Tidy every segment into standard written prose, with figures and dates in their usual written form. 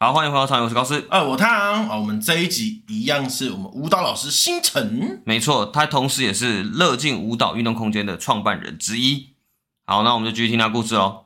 好，欢迎回到长，我是高斯。 我汤。我们这一集一样是我们舞蹈老师星辰。 没错，他同时也是乐境舞蹈运动空间的创办人之一。好，那我们就继续听他故事咯。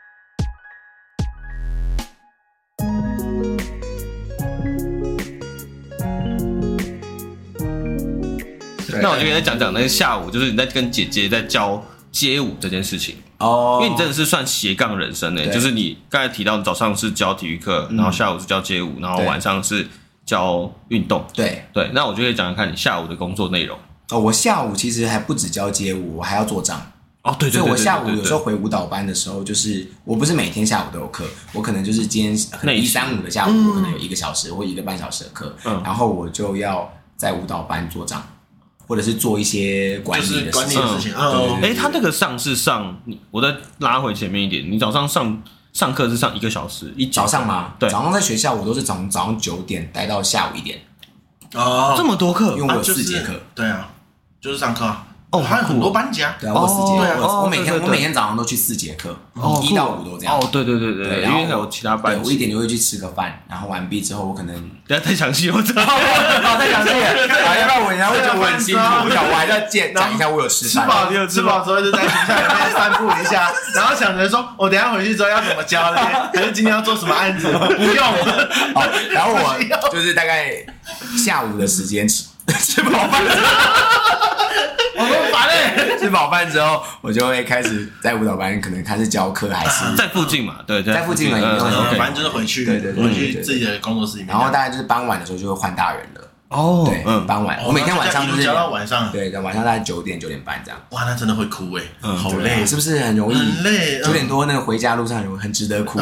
那我就跟你讲讲那个下午，就是你在跟姐姐在教街舞这件事情哦，因为你真的是算斜杠人生欸，就是你刚才提到早上是教体育课，然后下午是教街舞，然后晚上是教运动。对，那我就可以讲讲看你下午的工作内容。 我下午其实还不止教街舞，我还要做账。 对， 所以我下午有时候回舞蹈班的时候，就是我不是每天下午都有课，我可能就是今天可能1、3、5的下午，我可能有1个小时或1个半小时的课，然后我就要在舞蹈班做账。或者是做一些管理的事情。 他那个上是上，我再拉回前面一点，你早上上课是上1个小时， 早上吗？ 对， 早上在学校我都是从早上9点待到下午1点。 这么多课， 因为我有4节课。 对啊，就是上课啊。还有很多班级啊。 对啊，我4节课，我每天早上都去4节课，1到5都这样。 对，因为有其他班级。 我1点就会去吃个饭，然后完毕之后我可能不要太详细，我知道。 太详细了，要不然我人家会觉得我很辛苦。我还在讲一下我有吃饭。 吃饱之后就在学校里面散步一下，然后想着说我等一下回去之后要怎么教呢？还是今天要做什么案子？不用。 然后我就是大概下午的时间吃饱饭。 我很烦欸。 吃饱饭之后，我就会开始在舞蹈班，可能看是教课还是在附近嘛？对， 在附近而已。 反正就是回去，回去自己的工作室里面。 然后大概就是傍晚的时候就会换大人了。对，傍晚。我每天晚上就是教到晚上。 对，晚上大概9点9点半这样。 哇，那真的会哭欸，好累， 是不是很容易？ 很累。 9点多那个回家路上很值得哭。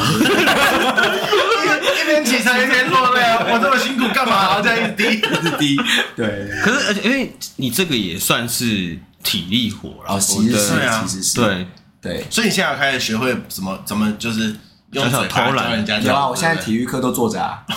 一边起床一边落泪啊！我这么辛苦干嘛？然后这样一直滴。 对。 可是而且因为你这个也算是体力活啦， 其实是对。 所以你现在开始学会怎么就是用嘴偷懒人家。 有啊，我现在体育课都坐着啊。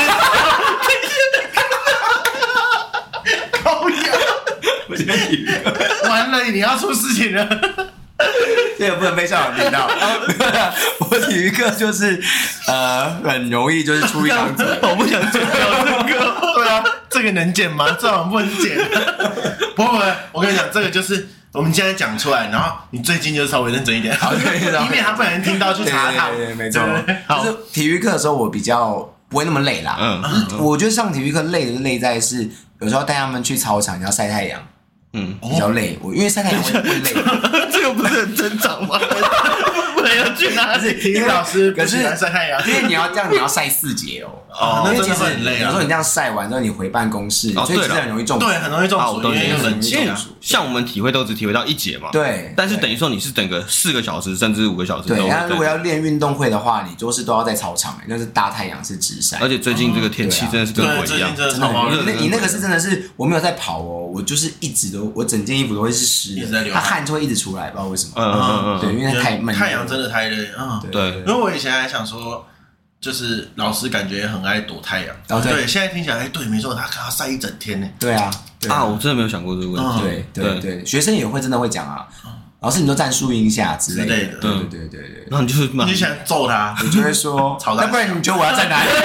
高压！我现在体育课完了，你要出事情了。 这个不能被校长听到。我体育课就是很容易就是出一张嘴。 我不想剪掉这个。对啊，这个能剪吗？这种不能剪。不，我跟你讲，这个就是我们现在讲出来，然后你最近就稍微认真一点，以免他不小心听到去查他。 对，没错。就是体育课的时候，我比较不会那么累啦。我觉得上体育课累在是有时候带他们去操场要晒太阳。比较累，因为晒太阳会累。 这个不是很正常吗？不能要去哪里？体育老师不喜欢晒太阳， 因为你要晒4节哦。 那真的很累啊。 有时候你这样晒完之后，你回办公室，所以其实很容易中暑。 对，很容易中暑，因为冷气啊。 像我们体会都只体会到1节嘛。 对。 但是等于说你是等个4个小时甚至5个小时。 对，那如果要练运动会的话，你都要在操场，那是大太阳是直晒。 而且最近这个天气真的是跟鬼一样， 真的好热。 你那个是真的是我没有在跑哦，我就是一直都我整件衣服都会是湿的，它汗就会一直出来，不知道为什么。对，因为太闷。 太阳真的太累。 对。 因为我以前还想说，就是老师感觉很爱躲太阳。对，现在听起来，对，没错，他可能晒一整天呢。 对啊。 我真的没有想过这个问题。对，学生也会真的会讲啊。老师，你都站树荫下之类的。对。 然后你就想揍他， 你就会说，那不然你觉得我要站哪里？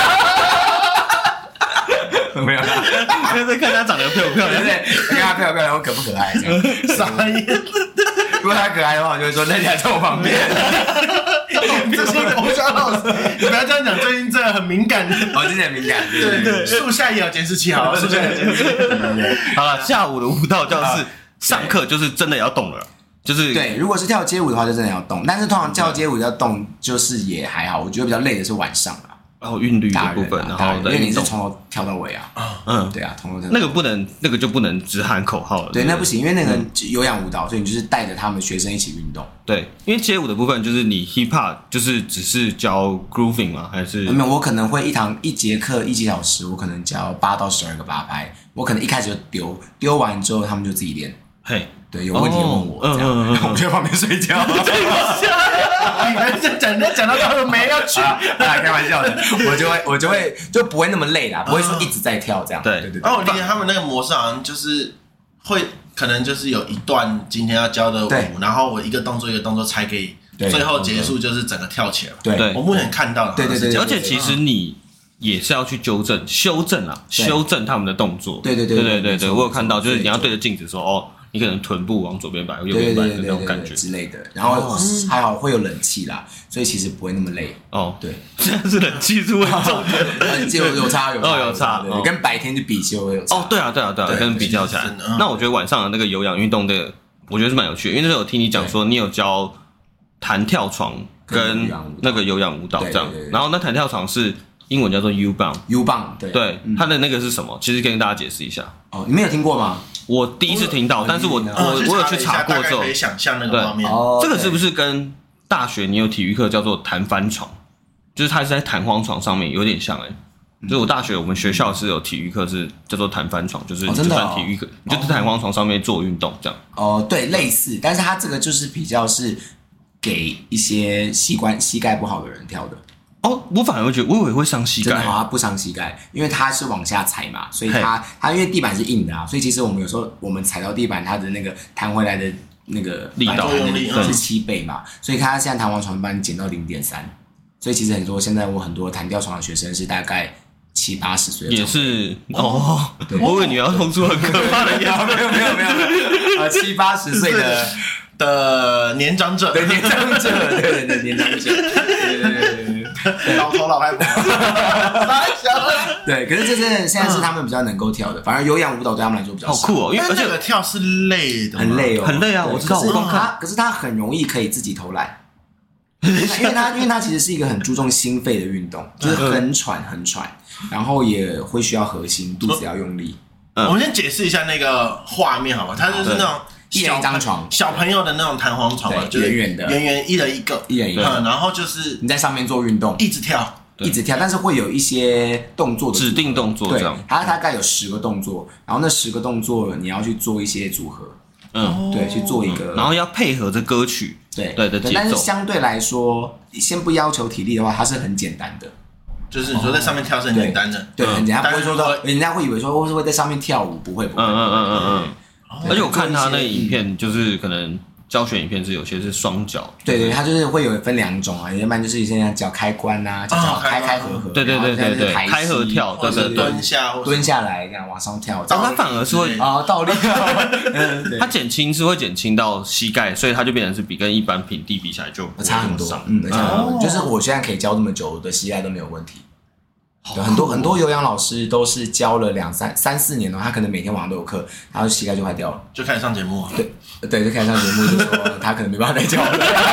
没有啦， 就是看他长得漂不漂亮， 对，看他漂不漂亮，我可不可爱这样。 傻眼。 如果他可爱的话，我就会说，那你还在我旁边。 这些国家老师，你不要这样讲，最近这个很敏感。 最近很敏感。 对，树下也有监视器，好，树下有监视器。 好了，下午的舞蹈教室上课就是真的要动了。就是对，如果是跳街舞的话，就真的要动。但是通常跳街舞要动，就是也还好。我觉得比较累的是晚上啊。 韵律的部分，然后因为你是从头跳到尾啊。对啊，从头跳。 那个就不能只喊口号了。 对，那不行，因为那个有氧舞蹈，所以你就是带着他们学生一起运动。 对，因为街舞的部分就是你 hip hop 就是只是教 grooving 吗？还是没有？我可能会一节课1小时，我可能教8到12个8拍。我可能一开始就丢完之后，他们就自己练。 嘿。 对，有问题问我，这样，我就在旁边睡觉。 讲到他们没要去， 开玩笑的，我就不会那么累啦，不会说一直在跳这样。对。 然后我理解他们那个模式好像就是会可能就是有一段今天要教的舞，然后我一个动作一个动作拆给最后结束就是整个跳起来。 对， 我目前看到的， 对， 而且其实你也是要去修正他们的动作。 对， 我有看到，就是你要对着镜子说哦。你可能臀部往左边摆，右边摆的那种感觉之类的，然后还好会有冷气啦，所以其实不会那么累。对， 现在是冷气是会重的， 有差， 对， 跟白天去比其实会有差。 对啊，跟比较起来，那我觉得晚上的那个有氧运动的，我觉得是蛮有趣的，因为那时候有听你讲说你有教弹跳床跟那个有氧舞蹈这样，然后那弹跳床是英文叫做 U-bound， 对，它的那个是什么？其实跟大家解释一下。 你没有听过吗？ 我第一次听到，但是我有去查过之后， 可以想象那个画面。 这个是不是跟大学你有体育课叫做弹翻床，就是它是在弹簧床上面有点像就是我大学我们学校是有体育课是叫做弹翻床，就是就算体育课，你就在弹簧床上面做运动这样。 对，类似，但是它这个就是比较是给一些膝盖不好的人跳的。 我反而会觉得，我以为会伤膝盖。 真的好，它不伤膝盖，因为它是往下踩嘛，所以它因为地板是硬的所以其实我们有时候我们踩到地板，它的那个弹回来的那个力道是7倍嘛，所以它现在弹簧床帮你减到 0.3， 所以其实现在我很多弹跳床的学生是大概70-80岁的， 也是我以为你要弄出很可怕的样子， 没有，70-80岁的年长者， 对年长者，对年长者，对， 老头老太婆， 对，可是这现在是他们比较能够跳的，反而有氧舞蹈对他们来说比较好酷因为而且这个跳是累的， 很累很累啊，我知道， 可是他很容易可以自己偷懒，因为他其实是一个很注重心肺的运动，就是很喘，然后也会需要核心，肚子要用力。 我们先解释一下那个画面好吧，它就是那种。 一人一张床， 小朋友的那种弹簧床嘛，就是圆圆一人一个，然后就是你在上面做运动，一直跳，但是会有一些动作的指定动作，这样， 它大概有10个动作，然后那10个动作你要去做一些组合，对，去做一个， 然后要配合着歌曲，对的节奏， 但是相对来说，先不要求体力的话，它是很简单的。 就是你说在上面跳是很简单的， 对，很简单，不会说人家会以为说会在上面跳舞，不会， 而且我看他那个影片，就是可能教学影片是有些是双脚， 对，它就是会有分2种要不然就是现在脚开关脚开合， 对，开合跳， 或者蹲下来这样往上跳， 它反而是会倒立， 它会减轻到膝盖，所以它就变成是跟一般平地比起来就差很多，就是我现在可以教这么久，我的膝盖都没有问题。很多有氧老师都是教了3-4年他可能每天晚上都有课，然后膝盖就坏掉了， 就开始上节目。 对，就开始上节目，就说他可能没办法再教了。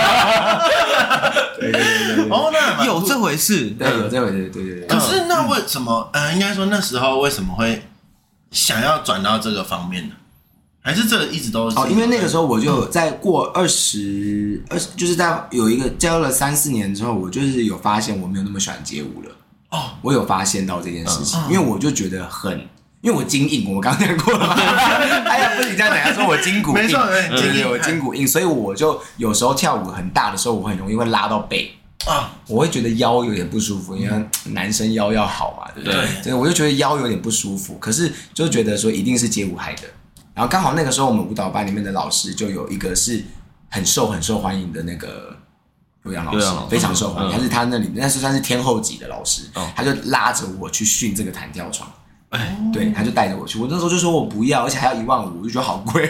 对， 那有这回事， 对，有这回事，对。 可是那为什么？应该说那时候为什么会想要转到这个方面呢？还是这一直都是？ 因为那个时候我就在过20，就是在有一个教了3-4年之后，我就是有发现我没有那么喜欢街舞了。我有发现到这件事情，因为我就觉得因为我筋硬，我刚刚讲过了嘛。哎呀，不是你这样讲，他说我筋骨硬， 没错， 我筋骨硬，所以我就有时候跳舞很大的时候，我很容易会拉到背我会觉得腰有点不舒服，因为男生腰要好嘛，对不对？所以我就觉得腰有点不舒服，可是就觉得说一定是街舞害的。然后刚好那个时候我们舞蹈班里面的老师就有一个是很受欢迎的那个。有氧老师非常受欢迎，但是他那算是天后级的老师，他就拉着我去训这个弹跳床，对，他就带着我去。我那时候就说我不要，而且还要15000，我就觉得好贵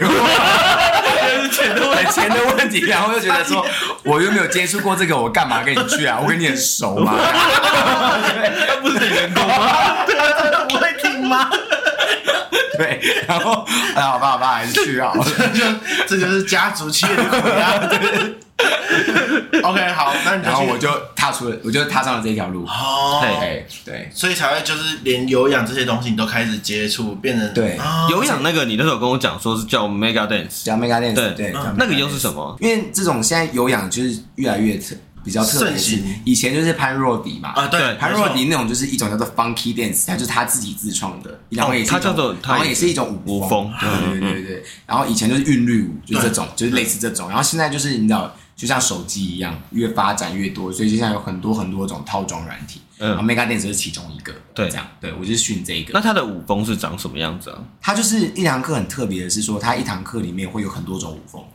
钱的问题，然后又觉得说我又没有接触过这个，我干嘛跟你去啊？我跟你很熟吗？ 他不是你员工吗？ 对啊，真的不会听吗？ 对，然后好吧，还是去好了。 这就是家族企业的苦呀。OK， 好， 然后我就踏上了这条路。对， 所以才会就是连有氧这些东西你都开始接触，变成对有氧那个，你那时候跟我讲说是叫 Mega Dance， 对， 那个又是什么？ 因为这种现在有氧就是越来越比较特别，是以前就是潘若迪嘛， 对， 潘若迪那种就是一种叫做 Funky Dance， 它就是他自己自创的，然后也是它叫做， 然后也是一种舞风，对，然后以前就是韵律舞，就是这种，就是类似这种，然后现在就是你知道。就像手机一样，越发展越多，所以现在有很多种套装软体。然后 Mega Dance 是其中一个。对，这样，对我就是训这一个。 那它的舞风是长什么样子啊？ 它就是一堂课很特别的是说，它一堂课里面会有很多种舞风。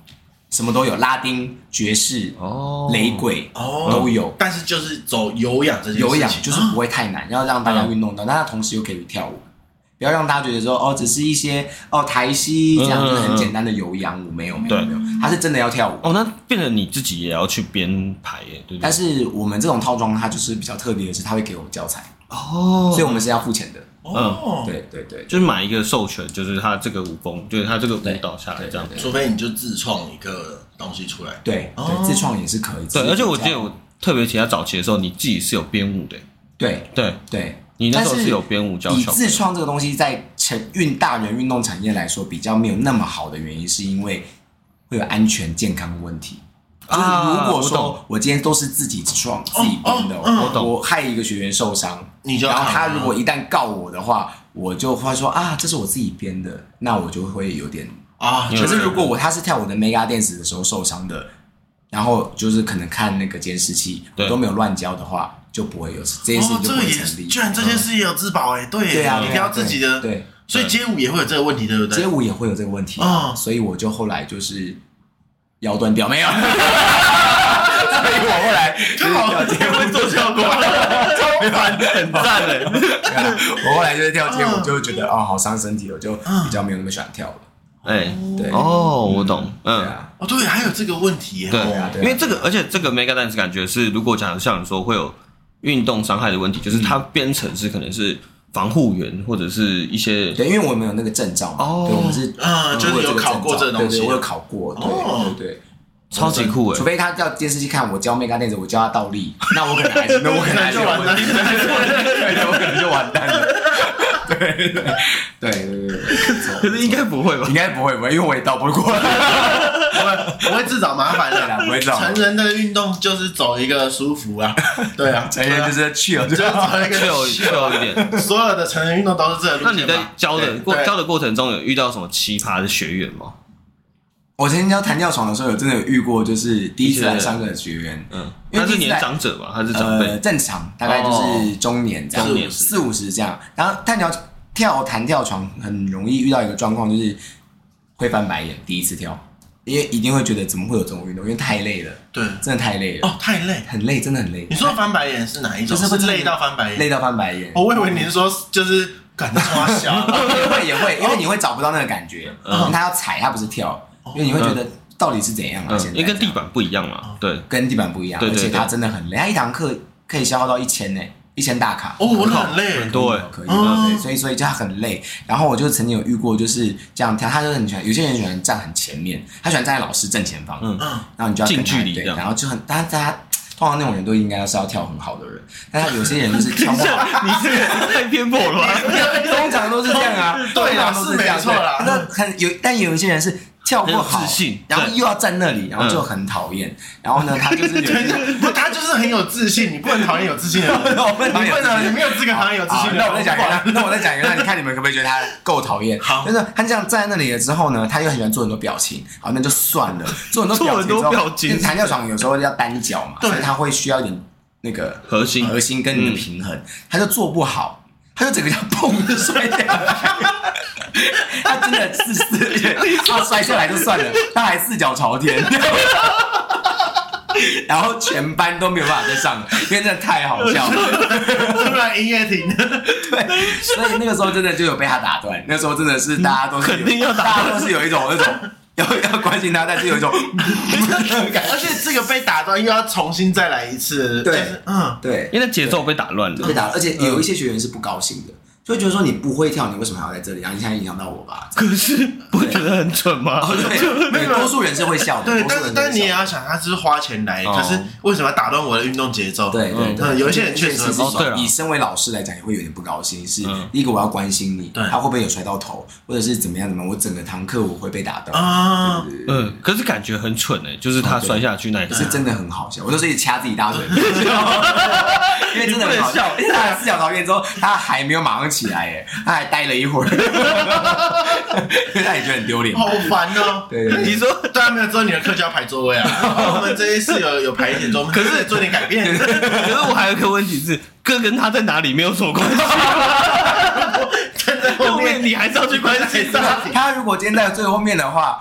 什么都有，拉丁、爵士、雷鬼都有。 但是就是走有氧这件事情， 有氧就是不会太难，要让大家运动到，但它同时又可以跳舞。不要让大家觉得说只是一些台西这样就是很简单的有氧舞，没有，它是真的要跳舞。 那变成你自己也要去编排耶，对不对？ 但是我们这种套装它就是比较特别的是，它会给我们教材所以我们是要付钱的。对， 就是买一个授权，就是他这个舞风，就是他这个舞蹈下来这样。 除非你就自创一个东西出来。 对，自创也是可以。 对，而且我记得我特别提他早期的时候，你自己是有编舞的。 对。 你那时候是有编舞教学。 以自创这个东西在大人运动产业来说比较没有那么好的原因，是因为会有安全健康问题。就是如果说我今天都是自己创自己编的，我害一个学员受伤，然后他如果一旦告我的话，我就会说这是我自己编的，那我就会有点可是如果他是跳我的 Mega Dance 的时候受伤的，然后就是可能看那个监视器我都没有乱教的话，就不会有这件事情就不会成立。 居然这件事也有自保对啊，你挑自己的。对，所以街舞也会有这个问题，对不对？ 街舞也会有这个问题所以我就后来就是腰断掉，没有。所以我后来跳街舞做效果，很赞嘞。 我后来就是跳街舞，就觉得好伤身体，我就比较没有那么喜欢跳了。 对我懂， 对，还有这个问题， 对，因为这个，而且这个 Mega Dance 感觉是，如果讲像你说会有运动伤害的问题，就是它编程是可能是防护员或者是一些， 对，因为我们有那个证照嘛，对，我们是就是有考过这个东西， 对，我有考过，对。 超级酷除非他叫监视器看我教 Mega Dance， 我教他倒立，那我可能还是我可能就完蛋了。对， 可是应该不会吧？ 应该不会，因为我也倒不过来， 不会自找麻烦的啦。 不会找。 成人的运动就是走一个舒服啊，对啊， 成人就是 chill， 就走一个 chill 一点。 所有的成人运动都是这个路线。 那你在教的过程中有遇到什么奇葩的学员吗？ 我曾经教弹跳床的时候，真的有遇过，就是第一次来上课的学员， 他是年长者吧？他是长辈， 正常大概就是中年这样，40-50这样。然后弹跳床很容易遇到一个状况，就是会翻白眼，第一次跳，因为一定会觉得怎么会有这种运动，因为太累了， 对， 真的太累了， 太累， 很累，真的很累。 你说翻白眼是哪一种？就是累到翻白眼， 累到翻白眼。 我以为你是说就是感到花笑， 也会，因为你会找不到那个感觉，他要踩，他不是跳。因为你会觉得到底是怎样现在因为跟地板不一样嘛，对， 跟地板不一样，而且它真的很累，它一堂课可以消耗到1000呢，1000大卡。 我很累， 很多可以，所以就他很累。然后我就曾经有遇过，就是这样跳，他就很喜欢，有些人喜欢站很前面，他喜欢站在老师正前方，然后你就要近距离， 然后就很，但他通常那种人都应该是要跳很好的人，但他有些人就是跳不好。 你这个太偏颇了吧？ 通常都是这样啊， 对啦，是没错啦。 但有一些人是跳不好，然后又要站那里，然后就很讨厌。然后呢，他就是他就是很有自信，你不能讨厌有自信的人，你没有资格讨厌有自信的人。 那我再讲一个，你看你们可不可以觉得他够讨厌？好，就是他这样站在那里了之后呢，他又很喜欢做很多表情。好，那就算了，做很多表情。弹跳床有时候要单脚嘛，所以他会需要一点那个核心跟你的平衡，他就做不好，他就整个就砰就摔下来。他真的他摔下来就算了，他还4脚朝天，然后全班都没有办法再上了，因为真的太好笑了。 突然音乐停了， 对，所以那个时候真的就有被他打断。那时候真的是大家都是肯定要打断， 大家都是有一种那种要关心他，但是有一种而且这个被打断又要重新再来一次， 对，对， 因为节奏被打乱了， 而且有一些学员是不高兴的。就会觉得说你不会跳，你为什么还要在这里？然后你现在影响到我吧？ 可是不会觉得很蠢吗？ 对，多数人是会笑的。 对，但你也要想，他是花钱来，可是为什么要打断我的运动节奏？ 对， 有一些人确实是以身为老师来讲，也会有点不高兴。是第一个，我要关心你，他会不会有摔到头，或者是怎么样？我整个堂课我会被打到啊。 可是感觉很蠢就是他摔下去那一刻是真的很好笑，我都是一直掐自己大腿，因为真的很好笑。因为他4脚朝天之后，他还没有马上起来他还待了一会儿，因为他也觉得很丢脸， 好烦哦。 对， 你说大家没有知道你的课就要排座位啊？我们这一次有排一点座位，可是做点改变。 可是我还有一个问题是，歌跟他在哪里没有什么关系。站在后面，你还是要去关心他。 他如果今天在最后面的话。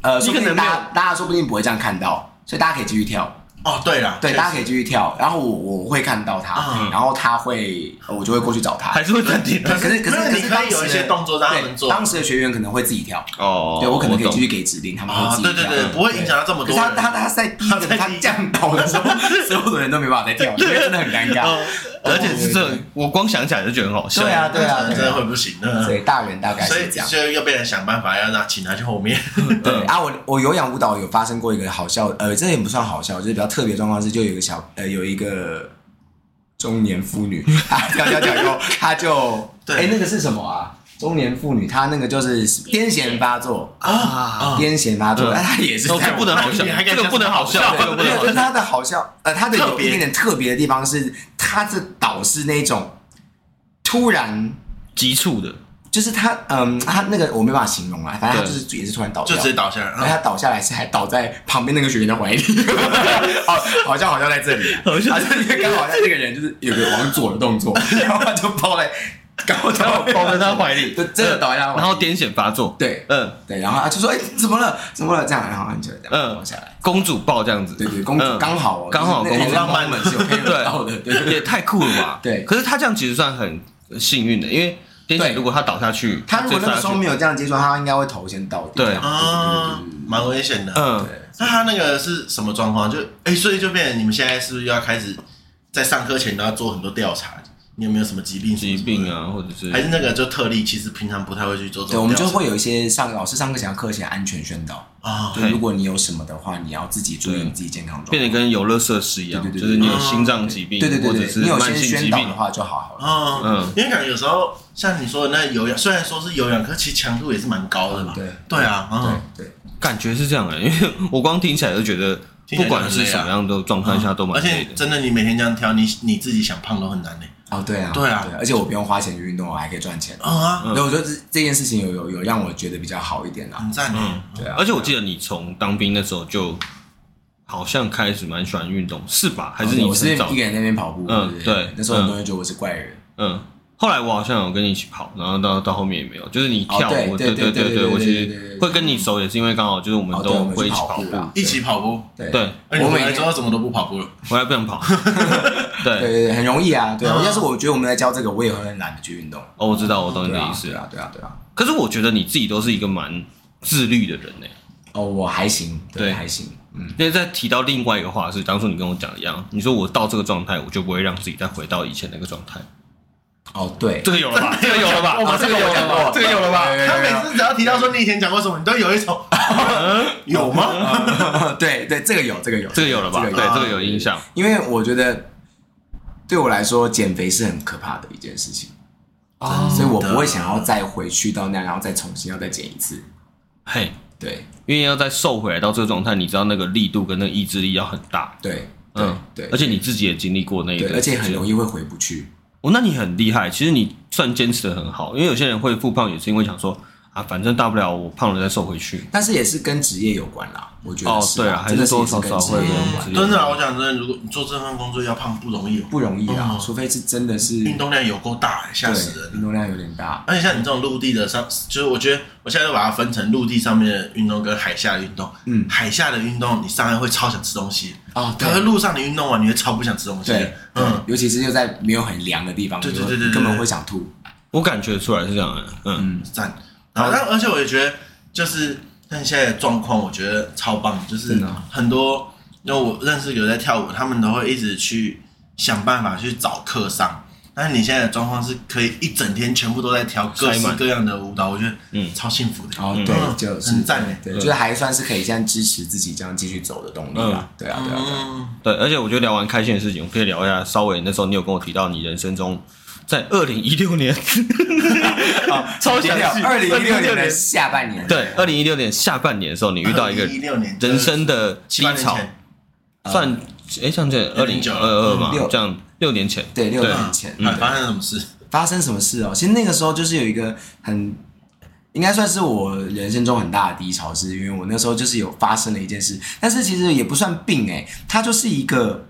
说不定大家说不定不会这样看到，所以大家可以继续跳。 哦，对啦， 对，大家可以继续跳，然后我会看到他，然后我就会过去找他， 还是会暂停。 可是你可以有一些动作让他们做， 当时的学员可能会自己跳。 哦， 对我可能可以继续给指令，他们会自己跳。 对，不会影响到这么多。 他在第一个他降倒的时候，所有的人都没办法再跳，因为真的很尴尬。 而且是这，我光想起来就觉得很好笑。 对啊， 真的会不行。 所以大人大概是这样， 所以又被人想办法要请他去后面。 对啊，我有氧舞蹈有发生过一个好笑，这也不算好笑，就是比较特别的状况是，就有一个中年妇女，她跳以后，她就那个是什么啊？中年妇女，她那个就是癫痫发作啊，癫痫发作，她也是这不能好笑，这个不能好笑，这个不能好笑。 她的好笑，她的有一点点特别的地方是，她的倒是那种突然急促的。 就是他那个我没办法形容啦，反正他就是也是突然倒掉， 就直接倒下来。 他倒下来是还倒在旁边那个学员的怀里，好像在这里，好像因为刚好那个人就是有个往左的动作，然后他就抱在他怀里，真的倒在他怀里， 然后癫痫发作。 对，对，然后他就说：“怎么了？这样，然后他就这样往下来， 公主抱这样子。 对，公主刚好， 公主浪漫们是有配合到的，对， 也太酷了吧？对，可是他这样其实算很幸运的，因为。癫痫如果他倒下去， 他如果那个时候没有这样接触，他应该会头先倒地。 对蛮危险的。那他那个是什么状况？所以就变成你们现在是不是要开始在上课前都要做很多调查？你有没有什么疾病啊，或者是还是那个就特例？其实平常不太会去做这种。 对，我们就会有一些老师上课前、课前安全宣导啊。就如果你有什么的话，你要自己注意你自己健康状况， 变得跟游乐设施一样，就是你有心脏疾病，或者是慢性疾病的话就好了。 因为感觉有时候像你说的那有氧，虽然说是有氧，可是其实强度也是蛮高的嘛。对啊， 对， 感觉是这样因为我光听起来就觉得，不管是什么样的状态下都蛮累的。 而且真的，你每天这样跳，你自己想胖都很难嘞。 对啊，而且我不用花钱去运动，我还可以赚钱。所以我觉得这件事情有让我觉得比较好一点啦， 很赞。 对啊， 而且我记得你从当兵的时候就好像开始蛮喜欢运动，是吧？还是你我是一个人在那边跑步？ 对， 那时候很多人觉得我是怪人。 后来我好像有跟你一起跑，然后到后面也没有，就是你跳舞，对，我其实会跟你熟，也是因为刚好就是我们都会一起跑步， 一起跑步。 对， 我每周怎么都不跑步了， 回来不想跑。 对，很容易啊。对，要是我觉得我们在教这个，我也会很懒得去运动。 我知道，我懂你的意思。 对啊。 可是我觉得你自己都是一个蛮自律的人呢。 我还行，对，还行。 因为在提到另外一个话是，当初你跟我讲一样，你说我到这个状态，我就不会让自己再回到以前那个状态。 对， 这个有了吧？这个有了吧？ 这个有了吧？ 这个有了吧？ 他每次只要提到说你以前讲过什么，你都有一种有吗？ 对，这个有了吧？对，这个有印象。 因为我觉得对我来说，减肥是很可怕的一件事情，所以我不会想要再回去到那样，然后再重新要再减一次。 嘿， 对， 因为要再瘦回来到这个状态，你知道那个力度跟那个意志力要很大。 对， 而且你自己也经历过那一个， 而且很容易会回不去。 那你很厉害，其实你算坚持的很好，因为有些人会复胖，也是因为想说反正大不了我胖了再瘦回去。 但是也是跟职业有关啦，我觉得是。 对啊，还是多少少会跟职业。 真的，我讲真的，如果你做这份工作要胖不容易， 不容易啊，除非是真的是运动量有够大，吓死人。 运动量有点大， 而且像你这种陆地的就是我觉得我现在都把它分成陆地上面的运动跟海下的运动。海下的运动你上来会超想吃东西可是路上你运动完你会超不想吃东西。 尤其是就在没有很凉的地方，对，根本会想吐。 我感觉出来是这样的， 赞。然后而且我也觉得就是像现在的状况，我觉得超棒，就是很多因为我认识有在跳舞，他们都会一直去想办法去找课上。但是你现在的状况是可以一整天全部都在跳各式各样的舞蹈，我觉得超幸福的。 对，就是很赞对，就是还算是可以现在支持自己这样继续走的动力啦。对啊。 对，而且我觉得聊完开心的事情，我可以聊一下稍微那时候你有跟我提到你人生中在2016年超详细 ，2016年的下半年， 对，2016年下半年的时候，你遇到一个人生的低潮，算像这2022嘛，这样6年前， 对，6年前， 发生什么事？ 发生什么事其实那个时候就是有一个应该算是我人生中很大的低潮，是因为我那时候就是有发生了一件事，但是其实也不算病它就是一个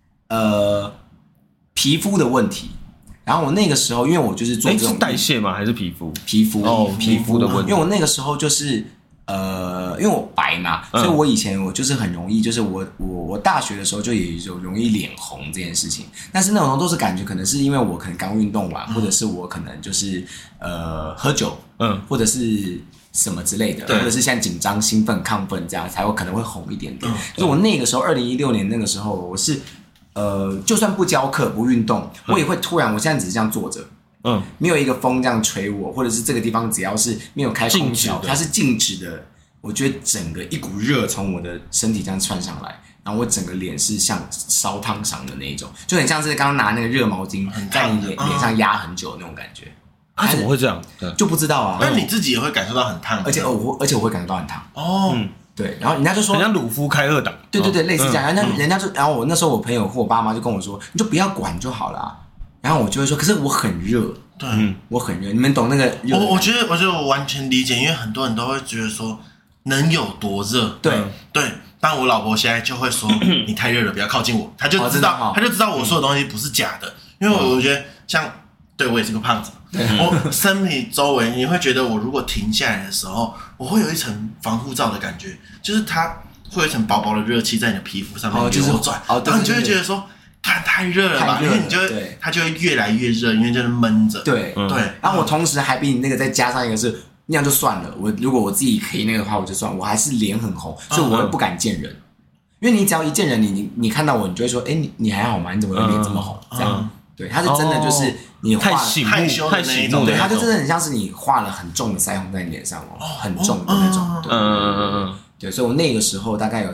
皮肤的问题。然后我那个时候，因为我就是做这种是代谢吗？还是皮肤？ 皮肤的问题。因为我那个时候就是因为我白嘛，所以我以前我就是很容易，就是我大学的时候就也有容易脸红这件事情，但是那种都是感觉可能是因为我可能刚运动完，或者是我可能就是喝酒，或者是什么之类的，或者是像紧张、兴奋、亢奋这样才会可能会红一点点。就是我那个时候2016年那个时候，我是就算不教课不运动，我也会突然，我现在只是这样坐着。没有一个风这样吹我，或者是这个地方只要是没有开空调，它是静止的，我觉得整个一股热从我的身体这样窜上来，然后我整个脸是像烧烫伤的那一种，就很像是刚刚拿那个热毛巾在你脸上压很久的那种感觉。 怎么会这样？ 就不知道啊。 那你自己也会感受到很烫， 而且我会感受到很烫。对，然后人家就说， 人家鲁夫开2档， 对，类似这样。人家就，然后我那时候我朋友或我爸妈就跟我说，你就不要管就好了。然后我就会说，可是我很热， 对， 我很热，你们懂那个热？ 我觉得我完全理解，因为很多人都会觉得说，能有多热？ 对。 但我老婆现在就会说，你太热了，不要靠近我。她就知道，她就知道我说的东西不是假的，因为我觉得像，对我也是个胖子，我身体周围你会觉得我如果停下来的时候，我会有一层防护罩的感觉，就是它会有一层薄薄的热气在你的皮肤上面流转，然后你就会觉得说。太热了吧，因为它就会越来越热，因为就是闷着。对。 然后我同时还比你那个再加上一个是那样就算了，如果我自己可以那个的话我就算，我还是脸很红，所以我会不敢见人，因为你只要一见人，你看到我，你就会说，你还好吗？你怎么脸这么红？这样，对，它是真的就是你太醒目， 对，它就真的很像是你画了很重的腮红在你脸上很重的那种。对，所以我那个时候大概有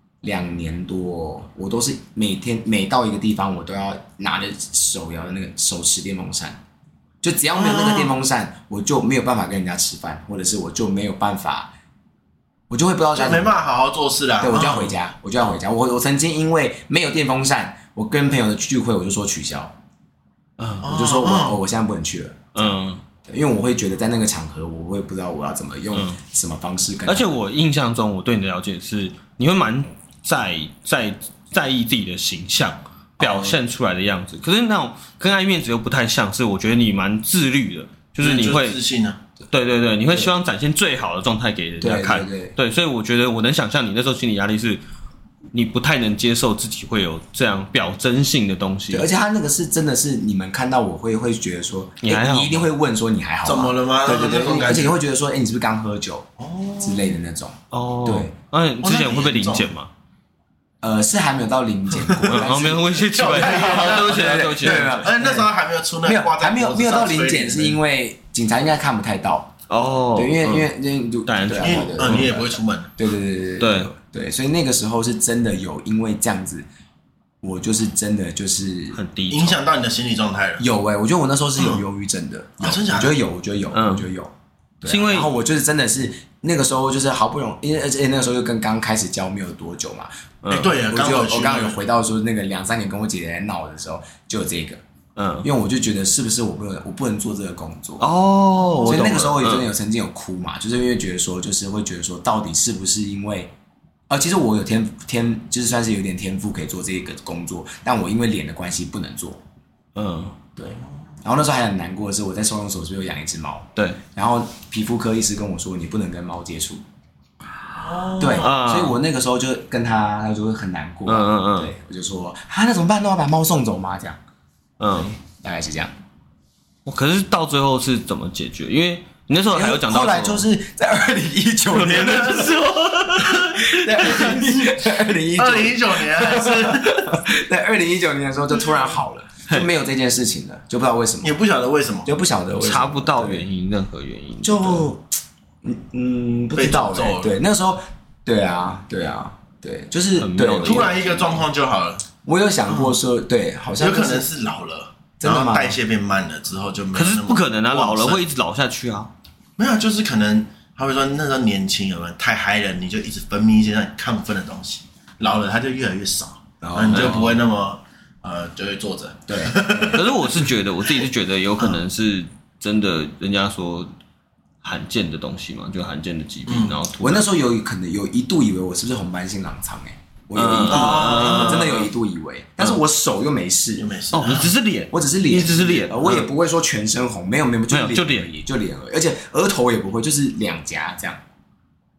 2年多，我都是每到一个地方，我都要拿着手摇的那个手持电风扇，就只要没有那个电风扇，我就没有办法跟人家吃饭，或者是我就没有办法，我就会不知道该没办法好好做事啦。 对，我就要回家，我曾经因为没有电风扇，我跟朋友的聚会我就说取消，我就说我现在不能去了，因为我会觉得在那个场合，我会不知道我要怎么用什么方式跟。 而且我印象中，我对你的了解是，你会蛮在意自己的形象表现出来的样子，可是那种跟爱面子又不太像是，我觉得你蛮自律的，就是你会自信啊， 对，你会希望展现最好的状态给人家看，对，所以我觉得我能想象你那时候心理压力是，你不太能接受自己会有这样表征性的东西， 对，而且他那个是真的是你们看到我会觉得说，你一定会问说你还好吗？ 怎么了吗？ 对，而且你会觉得说，你是不是刚喝酒之类的那种？对， 那你之前会不会临检嘛？ 是还没有到临检过， 然后没有问一些奇怪，对不起， 那时候还没有出那个还没有到临检，是因为警察应该看不太到对，因为你也不会出门， 对，所以那个时候是真的有因为这样子，我就是真的就是很低， 影响到你的心理状态了。 有我觉得我那时候是有忧郁症的， 真假的？ 我觉得有， 是因为然后我就是真的是那个时候就是好不容易，因为而且那个时候又跟刚开始教没有多久嘛， 对啊， 我刚有回到说那个2-3年跟我姐姐在闹的时候就有这个，因为我就觉得是不是我不能做这个工作所以那个时候我也真的有曾经有哭嘛，就是因为觉得说就是会觉得说到底是不是因为其实我有天就是算是有点天赋可以做这个工作，但我因为脸的关系不能做，对。然后那时候还很难过的是，我在收容所是有养一只猫， 对， 然后皮肤科医师跟我说你不能跟猫接触，对，所以我那个时候就跟他就会很难过，对，我就说那怎么办？都要把猫送走吗？这样，大概是这样。 可是到最后是怎么解决？因为你那时候还有讲到， 后来就是在2019年的时候，在2019年还是在2019年的时候就突然好了。就没有这件事情了，就不知道为什么， 也不晓得为什么， 就不晓得为什么， 查不到原因，任何原因， 就不知道了。 对，那时候，对，就是对， 突然一个状况就好了。 我有想过说，对，好像有可能是老了，然后代谢变慢了之后就没有。 可是不可能啊，老了会一直老下去啊。 没有，就是可能他会说那时候年轻有没有太嗨了，你就一直分泌一些让你亢奋的东西，老了它就越来越少，然后你就不会那么。就会坐着。 对， 可是我自己是觉得有可能是真的，人家说罕见的东西嘛，就罕见的疾病。然后我那时候可能有一度以为我是不是红斑性狼疮我有一度，我真的有一度以为，但是我手又没事， 你只是脸， 我只是脸， 你只是脸， 我也不会说全身红，没有，就脸而已，而且额头也不会，就是两颊这样。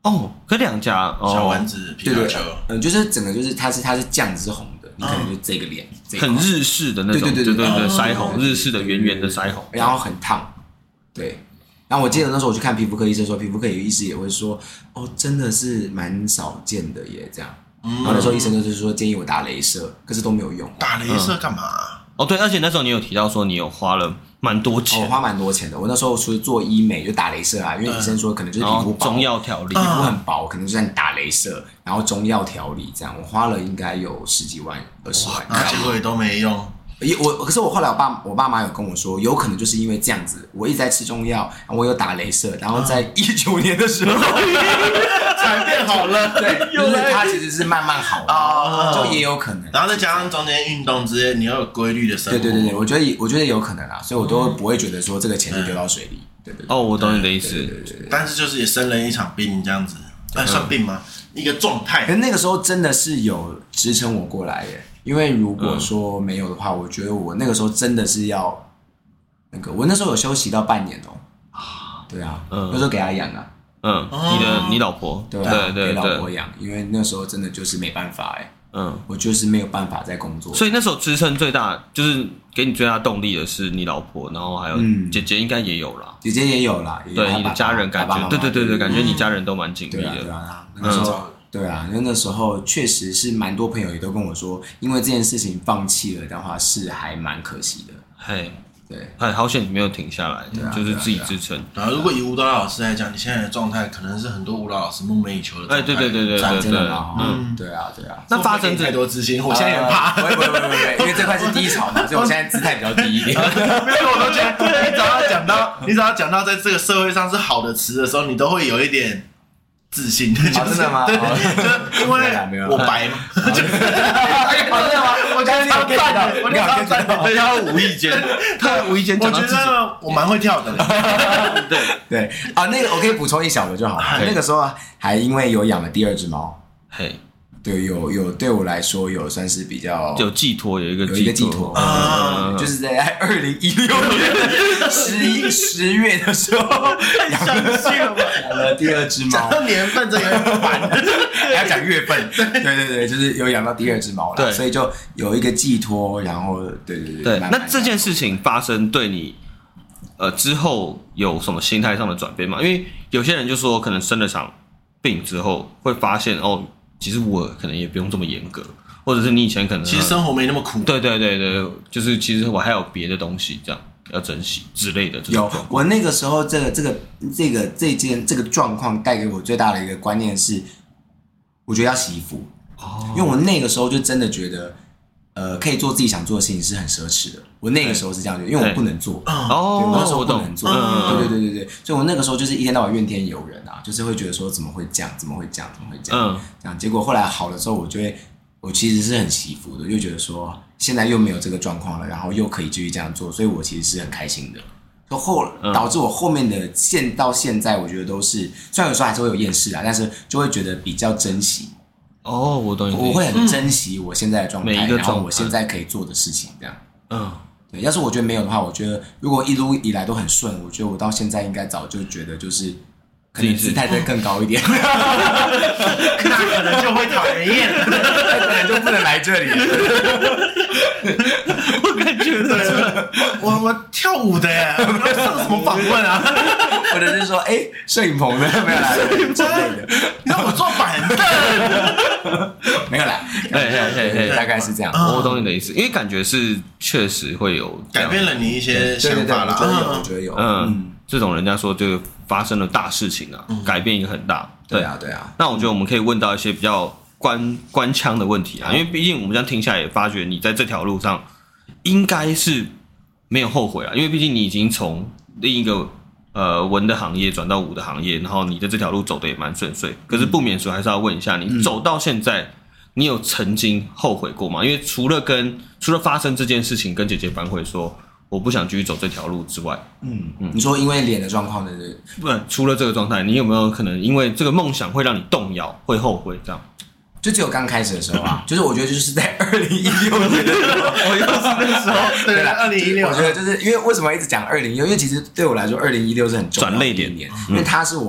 哦，可2家小丸子、皮卡丘， 就是整个就是它是酱是红的，你可能就这个脸， 很日式的那种，对腮红，日式的圆圆的腮红， 然后很烫，对。然后我记得那时候我去看皮肤科医生的时候，皮肤科医师也会说，哦，真的是蛮少见的耶，这样。然后那时候医生就是说建议我打雷射，可是都没有用。 打雷射干嘛？ 哦，对，而且那时候你有提到说你有花了蛮多钱， 我花蛮多钱的。我那时候除了做医美就打雷射啊，因为医生说可能就是皮肤薄， 中药调理， 皮肤很薄，可能就算打雷射，然后中药调理这样，我花了应该有10几万、20万， 结果也都没用。 可是我后来我爸妈有跟我说，有可能就是因为这样子，我一直在吃中药，然后我有打雷射，然后在19年的时候才变好了。 对，就是它其实是慢慢好的，就也有可能。 然后再加上中间运动之类，你要有规律的生活。 对，我觉得有可能啊，所以我都不会觉得说这个钱就丢到水里。对。 哦，我懂你的意思。 对。 但是就是也生了一场病这样子，算病吗？一个状态。 可是那个时候真的是有支撑我过来耶。因为如果说没有的话，我觉得我那个时候真的是要我那时候有休息到半年哦。对啊，那时候给他养啊。 你老婆？ 对，给老婆养，因为那时候真的就是没办法我就是没有办法再工作。 所以那时候支撑最大，就是给你最大动力的是你老婆，然后还有姐姐应该也有啦。 姐姐也有啦， 对你的家人感觉，对，感觉你家人都蛮紧密的。 对啊，那时候。对啊，因为那时候确实是蛮多朋友也都跟我说，因为这件事情放弃了的话是还蛮可惜的。对， 好险你没有停下来，就是自己支撑。 然后如果以舞蹈老师来讲，你现在的状态可能是很多舞蹈老师梦寐以求的状态。 对，对啊。 那发生太多自信，我现在也怕。 不会，因为这块是低潮嘛，所以我现在姿态比较低一点。 没有，我都觉得你只要讲到在这个社会上是好的词的时候，你都会有一点自信。 真的吗？ 对，就因为我白嘛。真的吗？我觉得你好赞的，我好赞的。 他无意间， 我觉得我蛮会跳的。 对啊，那个我可以补充一小的就好了。那个时候还因为有养了第2只猫。对，有对我来说有算是比较有寄托，有一个寄托就是在2016年10月的时候养了第2只猫。 讲到年份这个烦， 还要讲月份。对，就是有养到第2只猫了，所以就有一个寄托，然后对。 那这件事情发生对你之后有什么心态上的转变吗？因为有些人就说可能生了场病之后会发现其实我可能也不用这么严格，或者是你以前可能其实生活没那么苦。 对，就是其实我还有别的东西这样要珍惜之类的。 有，我那个时候这个状况带给我最大的一个观念是，我觉得要洗衣服。因为我那个时候就真的觉得，可以做自己想做的事情是很奢侈的。我那个时候是这样觉得，因为我不能做。我那时候不能做。对，所以我那个时候就是一天到晚怨天尤人啊，就是会觉得说怎么会这样，这样。结果后来好了之后，我其实是很惜福的，就觉得说现在又没有这个状况了，然后又可以继续这样做，所以我其实是很开心的。导致我后面的到现在，我觉得都是虽然有时候还是会有厌世啊，但是就会觉得比较珍惜。 我懂你。 我会很珍惜我现在的状态，然后我现在可以做的事情，这样。对，要是我觉得没有的话，我觉得如果一路以来都很顺，我觉得我到现在应该早就觉得就是可能姿态再更高一点， 那可能就会讨人厌， 可能就不能来这里。 我感觉我跳舞的耶，我要上什么访问啊？ 或者是说，摄影棚的没有来之类的， 你让我坐板凳， 没有来，大概是这样。 我懂你的意思，因为感觉是确实会有改变了你一些想法啦。 我觉得有， 这种人家说这个发生了大事情啊，改变也很大。 对啊。 那我觉得我们可以问到一些比较官腔的问题啊，因为毕竟我们这样听下来也发觉你在这条路上应该是没有后悔啊，因为毕竟你已经从另一个文的行业转到武的行业，然后你的这条路走的也蛮顺遂。可是不免俗还是要问一下，你走到现在，你有曾经后悔过吗？因为除了发生这件事情跟姐姐反悔说我不想继续走这条路之外， 你说因为脸的状况的， 不然除了这个状态，你有没有可能因为这个梦想会让你动摇，会后悔这样？ 就只有刚开始的时候啊，就是我觉得就是在2016年的时候， 我又是那时候， 对啦，2016，我觉得就是因为为什么一直讲2016，因为其实对我来说2016是很重要的一年，因为它是我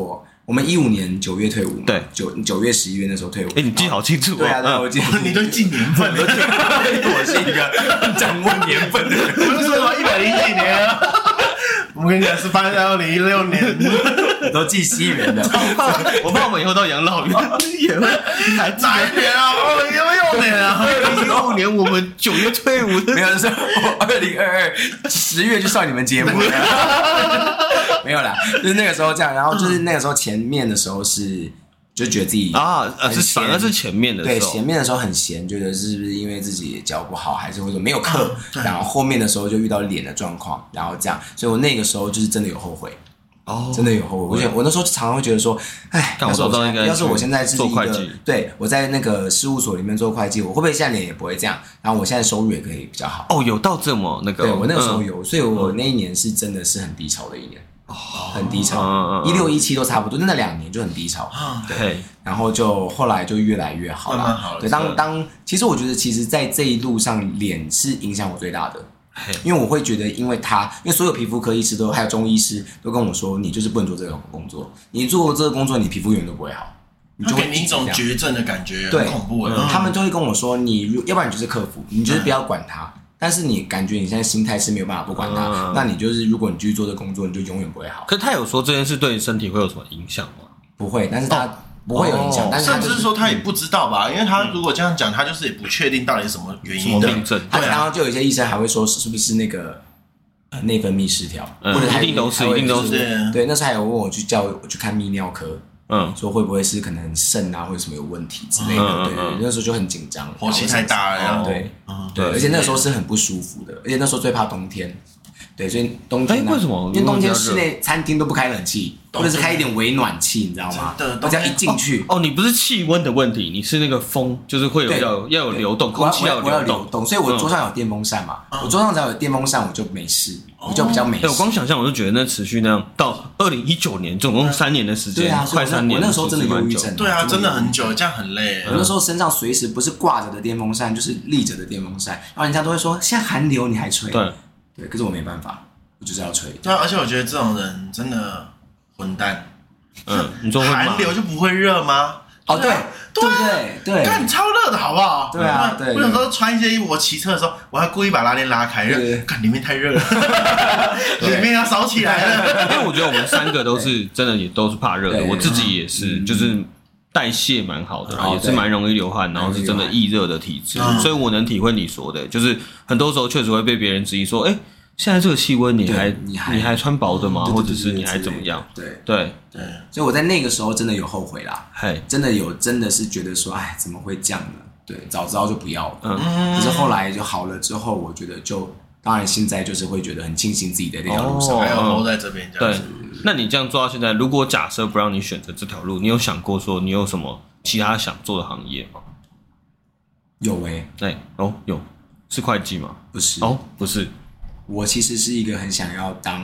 我们15年9月退伍嘛， 对 9月11月那时候退伍。 你记好清楚。 对啊，我记得你都记年份， 我是一个掌握年份的人。 不是说100几年啊？我跟你讲，是发生在2016年， 都记西元的。 我怕我们以后到养老院也会哪一年啊？2016年啊 ？2015年我们9月退伍的， 没有人说我2022 10月就上你们节目了。没有啦，就是那个时候这样，然后就是那个时候前面的时候是就觉得自己反而是前面的时候， 对，前面的时候很闲，觉得是不是因为自己也教不好，还是或者没有课，然后后面的时候就遇到脸的状况，然后这样，所以我那个时候就是真的有后悔。真的有后悔。我那时候常常会觉得说，哎，要是我现在是一个，对，我在那个事务所里面做会计，我会不会现在脸也不会这样？然后我现在收入也可以比较好。 有到这么那个？ 对，我那个时候有，所以我那一年是真的是很低潮的一年。很低潮，16、17都差不多，那2年就很低潮，对，然后就后来就越来越好了。对，其实我觉得，在这一路上，脸是影响我最大的，因为我会觉得，因为所有皮肤科医师还有中医师都跟我说，你就是不能做这个工作，你做这个工作，你皮肤永远都不会好， 你就会给你一种绝症的感觉，很恐怖。 他们就会跟我说，要不然你就是克服，你就是不要管它。但是你感觉你现在心态是没有办法不管它，那你就是如果你继续做这工作，你就永远不会好。 可是他有说这件事对你身体会有什么影响吗？ 不会，但是他不会有影响，但是甚至是说他也不知道吧，因为他如果这样讲，他就是也不确定到底是什么原因的病症。 他刚刚就有一些医生还会说是不是那个内分泌失调，或者一定都是。 对，那时候还有问我叫我去看泌尿科。说会不会是可能肾啊或者什么有问题之类的？对，那时候就很紧张， 火气太大了。 对，而且那时候是很不舒服的，而且那时候最怕冬天。对，所以冬天为什么？ 因为冬天室内餐厅都不开冷气，或者是开一点微暖气，你知道吗？我只要一进去， 你不是气温的问题，你是那个风，就是会要有流动，空气要流动， 所以我桌上有电风扇嘛，我桌上只要有电风扇，我就没事，我就比较没事。 我光想象我就觉得那持续那样到2019年，总共3年的时间，快3年。 我那时候真的忧郁症， 对啊，真的很久，这样很累。 我那时候身上随时不是挂着的电风扇，就是立着的电风扇，然后人家都会说现在寒流你还吹，对，可是我没办法。就是要吹， 对啊，而且我觉得这种人真的混蛋。 你说寒流就不会热吗？ 对， 干超热的好不好？ 对啊， 我有时候穿一些衣服，我骑车的时候，我还故意把拉链拉开，干里面太热了，里面要烧起来了。 因为我觉得我们3个都是真的也都是怕热的，我自己也是，就是代谢蛮好的，也是蛮容易流汗，然后是真的易热的体质，所以我能体会你说的，就是很多时候确实会被别人质疑说，现在这个气温你还穿薄的吗？或者是你还怎么样？对， 所以我在那个时候真的有后悔啦，真的是觉得说，哎，怎么会这样呢？对，早知道就不要了。可是后来就好了之后，我觉得当然现在就是会觉得很庆幸自己在这条路上， 还有留在这边这样子。 那你这样做到现在，如果假设不让你选择这条路，你有想过说你有什么其他想做的行业吗？ 有有，是会计吗？ 不是， 不是。我其实是一个很想要当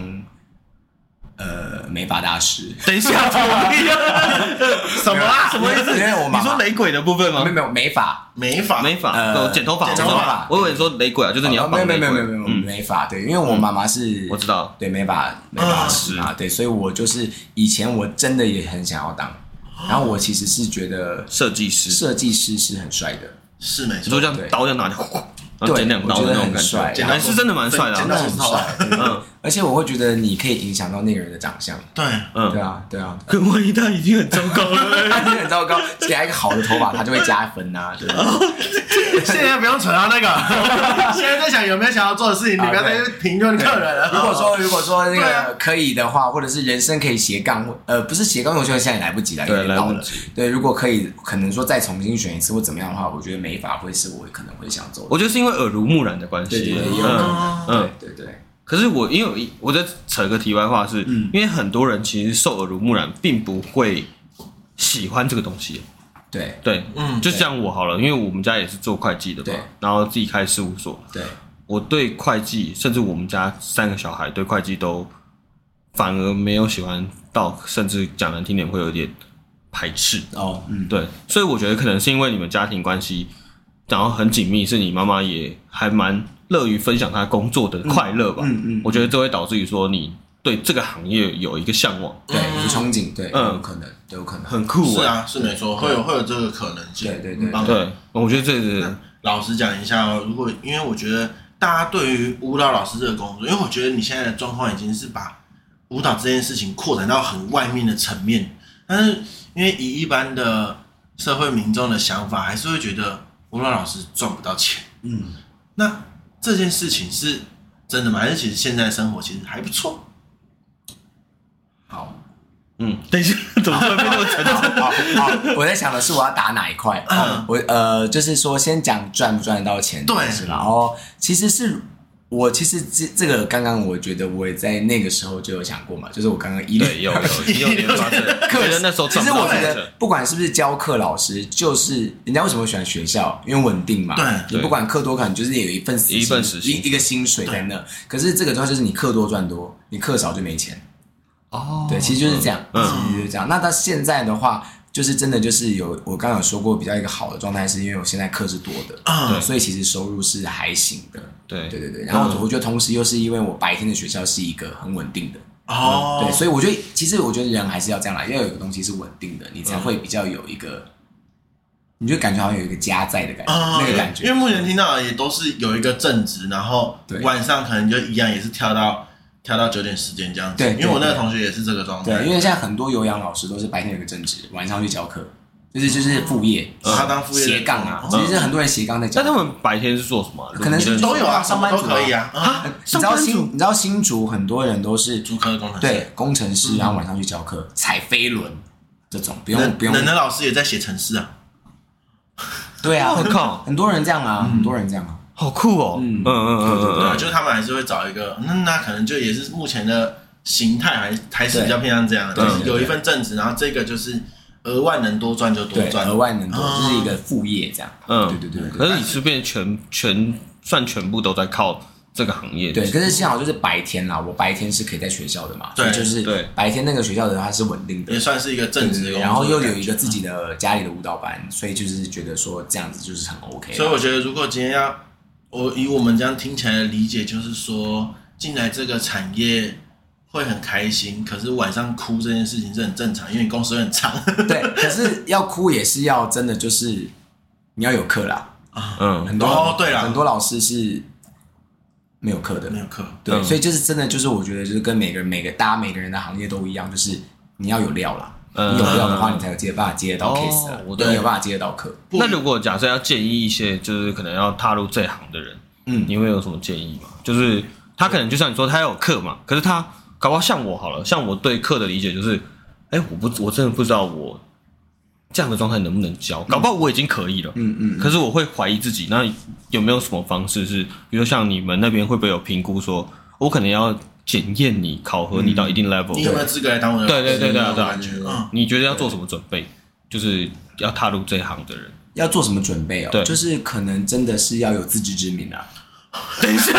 美发大师。 等一下，什么啦？什么意思？ 因为我妈你说雷鬼的部分吗？ 没有美发， 剪头发。我以为你说雷鬼啊，就是你要绑雷鬼。 没有美发。对，因为我妈妈是， 我知道， 对美发师嘛，对，所以我就是以前我真的也很想要当，然后我其实是觉得设计师是很帅的， 是没错。 你说这样刀这样拿对， 剪2刀的那种感觉， 是真的蛮帅的， 真的很帅。而且我会觉得你可以影响到那个人的长相。 对， 对啊。 可万一他已经很糟糕了， 他已经很糟糕，给他一个好的头发，他就会加分啊。对。 现在不用扯到那个，现在在想有没有想要做的事情，你不要再评论客人了。 如果说那个可以的话，或者是人生可以斜杠，不是斜杠，我觉得现在也来不及了， 对， 老了。对，如果可以，可能说再重新选一次或怎么样的话，我觉得美发会是我可能会想做的。 我觉得是因为耳濡目染的关系， 对。 可是因为我在扯个题外话是，因为很多人其实受耳濡目染，并不会喜欢这个东西。对，就像我好了，因为我们家也是做会计的嘛，然后自己开事务所。对，我对会计，甚至我们家3个小孩对会计都反而没有喜欢到，甚至讲难听点会有点排斥。对，所以我觉得可能是因为你们家庭关系，然后很紧密，是你妈妈也还蛮乐于分享她工作的快乐吧。我觉得这会导致于说你对这个行业有一个向往， 对，有憧憬，对，有可能， 很酷， 是啊，是没错，会有这个可能性， 对，我觉得这是老实讲一下如果因为我觉得大家对于舞蹈老师这个工作，因为我觉得你现在的状况已经是把舞蹈这件事情扩展到很外面的层面，但是因为以一般的社会民众的想法，还是会觉得舞蹈老师赚不到钱。那这件事情是真的吗？还是其实现在的生活其实还不错？ 好， 等一下，怎么会变那么沉重？ 好，我在想的是我要打哪一块。就是说先讲赚不赚得到钱， 对， 是吧？然后其实这个刚刚我觉得我也在那个时候就有想过嘛，就是我刚刚有年发生， 课程那时候其实我觉得不管是不是教课老师，就是人家为什么会喜欢学校，因为稳定嘛。 对， 你不管课多可能就是有一份时薪，一个薪水在那。可是这个状况就是你课多赚多，你课少就没钱。对，其实就是这样，那到现在的话，就是真的就是我刚刚有说过，比较一个好的状态，是因为我现在课是多的，所以其实收入是还行的。对。然后我觉得同时又是因为我白天的学校是一个很稳定的，对，所以我觉得人还是要这样来，要有一个东西是稳定的，你才会比较有一个，你就感觉好像有一个家在的感觉，那个感觉。 因为目前听到的也都是有一个正职，然后晚上可能就一样也是跳到9点10点这样子。对，因为我那个同学也是这个状态。 对，因为现在很多有氧老师都是白天有个正职，晚上去教课。就是副业， 他当副业斜杠啊，其实很多人斜杠在教。 但他们白天是做什么？ 可能是都有啊， 上班族都可以啊。 你知道新竹很多人都是竹科工程师， 对，工程师，然后晚上去教课，踩飞轮这种，不用。 人的老师也在写程式啊。 对啊， 我靠， 很多人这样啊， 好酷哦。 对，就是他们还是会找一个，那可能就也是目前的形态还是比较偏向这样的，就是有一份正职，然后这个就是额外能多赚就多赚， 额外能多就是一个副业这样。对。 可是你是变全部都在靠这个行业。 对，可是幸好就是白天啦，我白天是可以在学校的嘛，所以就是白天那个学校的它是稳定的， 也算是一个正职的工作， 然后又有一个自己的家里的舞蹈班，所以就是觉得说这样子就是很 OK。 所以我觉得如果今天以我们这样听起来的理解，就是说进来这个产业会很开心，可是晚上哭这件事情是很正常，因为你工时很长。对， 可是要哭也是要真的就是你要有课啦。很多老师是没有课的，对，所以就是真的就是我觉得就是跟每个人的行业都一样，就是你要有料啦。你有料的话，你才有办法接得到 case 啊，你有办法接得到课。 那如果假设要建议一些就是可能要踏入这行的人，你会有什么建议吗？就是他可能就像你说，他有课嘛，可是他搞不好像我好了，像我对课的理解就是，我真的不知道我这样的状态能不能教，搞不好我已经可以了，可是我会怀疑自己。那有没有什么方式是，比如说像你们那边会不会有评估说，我可能要检验你、考核你到一定 level， 你有没有资格来当我的老师？ 对，你觉得要做什么准备？就是要踏入这一行的人要做什么准备哦？ 对， 就是可能真的是要有自知之明啊。 等一下，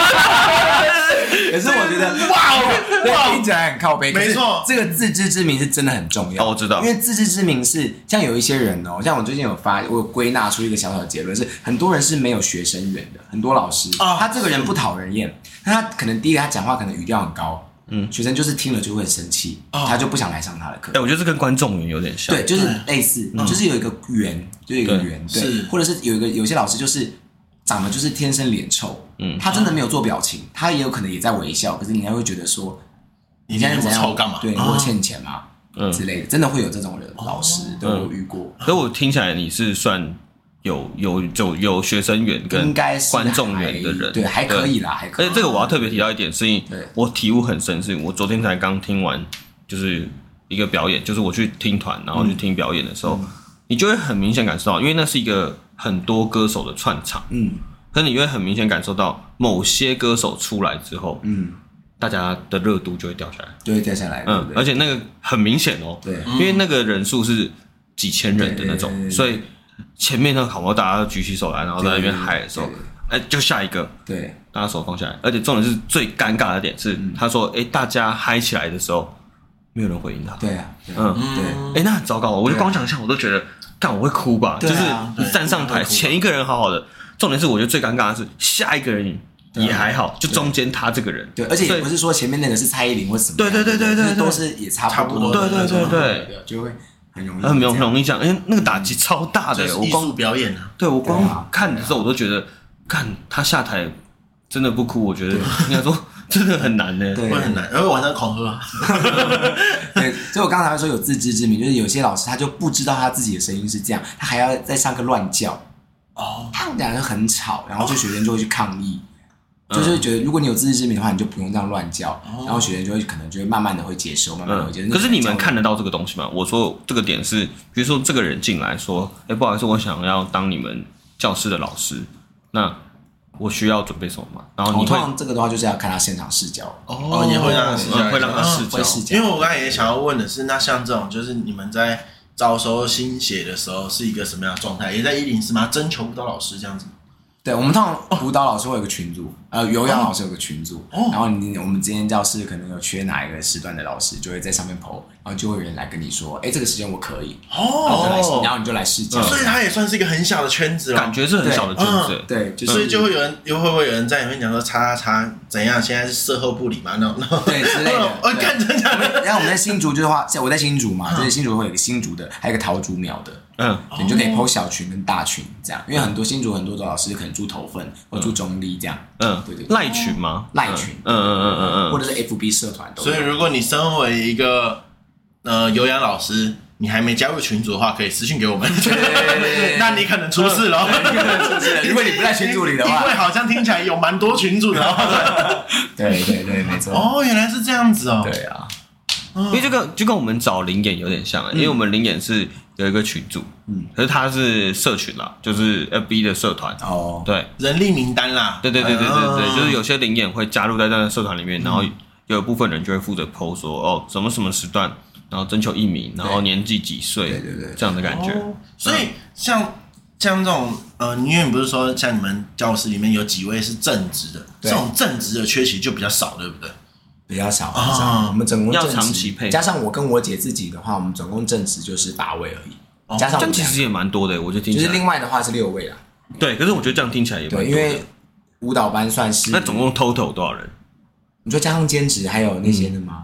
可是我觉得哇，听起来很靠背， 没错， 这个自知之明是真的很重要。 我知道， 因为自知之明是像有一些人哦，像我最近我有归纳出一个小小的结论，是很多人是没有学生缘的，很多老师他这个人不讨人厌，他可能第一个他讲话可能语调很高。学生就是听了就会生气，他就不想来上他的课。 我觉得这跟观众缘有点像。 对，就是类似，就是有一个缘，就有一个缘，对，或者是有些老师就是长得就是天生脸臭，他真的没有做表情，他也有可能也在微笑，可是你还会觉得说，你现在怎样干嘛？ 对，你会欠钱吗？之类的，真的会有这种人，老师都有遇过。 可我听起来你是算有学生缘跟观众缘的人， 对，还可以啦，还可以。 而且这个我要特别提到一点，是因为我体悟很深，是我昨天才刚听完，就是一个表演，就是我去听团，然后去听表演的时候，你就会很明显感受到，因为那是一个很多歌手的串场，可是你会很明显感受到某些歌手出来之后，大家的热度就会掉下来，而且那个很明显哦，对，因为那个人数是几千人的那种，所以。前面那好多大家举起手来，然后在那边嗨的时候，就下一个，对，大家手放下来，而且重点是最尴尬的点是，他说，大家嗨起来的时候，没有人回应他， 对啊， 对，那很糟糕，我就光想象我都觉得，干我会哭吧，就是你站上台，前一个人好好的，重点是我觉得最尴尬的是下一个人也还好，就中间他这个人， 对，而且也不是说前面那个是蔡依林或什么， 对， 都是也差不多， 对， 就会很容易讲，那个打击超大的， 艺术表演啊， 对我光看的时候我都觉得，看他下台真的不哭，我觉得应该说真的很难呢， 会很难，然后晚上狂喝啊， 对，所以我刚才说有自知之明，就是有些老师他就不知道他自己的声音是这样，他还要在上课乱叫，他们两个很吵，然后就学生就会去抗议。就是觉得，如果你有自知之明的话，你就不用这样乱叫，然后学生就会可能就会慢慢的会接受，慢慢的会接受。 可是你们看得到这个东西吗？我说这个点是，比如说这个人进来说，不好意思，我想要当你们教室的老师，那我需要准备什么吗？然后你会通常这个的话就是要看他现场试教， 也会让他试教， 会让他试教。 因为我刚才也想要问的是，那像这种就是你们在招收新血的时候是一个什么样的状态？也在104吗？征求舞蹈老师这样子？ 对，我们通常舞蹈老师会有个群组，有氧老师有个群组，然后我们今天教室可能有缺哪一个时段的老师，就会在上面 po， 然后就会有人来跟你说，这个时间我可以，然后你就来试教。 所以它也算是一个很小的圈子了， 感觉是很小的圈子。 对， 所以就会有人，会不会有人在里面讲说叉怎样？现在是售后部里嘛？ 对之类的。 看真的。 然后我们在新竹就是话，我在新竹嘛，就是新竹会有一个新竹的，还有一个桃竹苗的。你就可以 po 小群跟大群这样，因为新竹很多的老师可能住头份或住中立这样，对， 赖群吗？ 赖群，或者是 FB 社团都有。 所以如果你身为一个有氧老师，你还没加入群组的话，可以私讯给我们。对，那你可能出事了。 如果你不在群组里的话， 因为好像听起来有蛮多群组的。 对，没错。 原来是这样子哦。 对啊。 因为这个就跟我们找灵演有点像，因为我们灵演是有一个群组，可是它是社群啦，就是 FB 的社团对， 人力名单啦， 对，就是有些灵演会加入在那个社团里面，然后有一部分人就会负责 po 说什么时段，然后征求1名，然后年纪几岁，对，这样的感觉。 所以像这种因为你不是说像你们教室里面有几位是正职的，这种正职的缺席就比较少，对不对？ 比较少，我们总共要长期配， 加上我跟我姐自己的话，我们总共正职就是8位而已。加上这样其实也蛮多的，我觉得听起来。 就是另外的话是6位啦。 对，可是我觉得这样听起来也蛮多的。 因为舞蹈班算是那总共 total 多少人？ 你说加上兼职还有那些的吗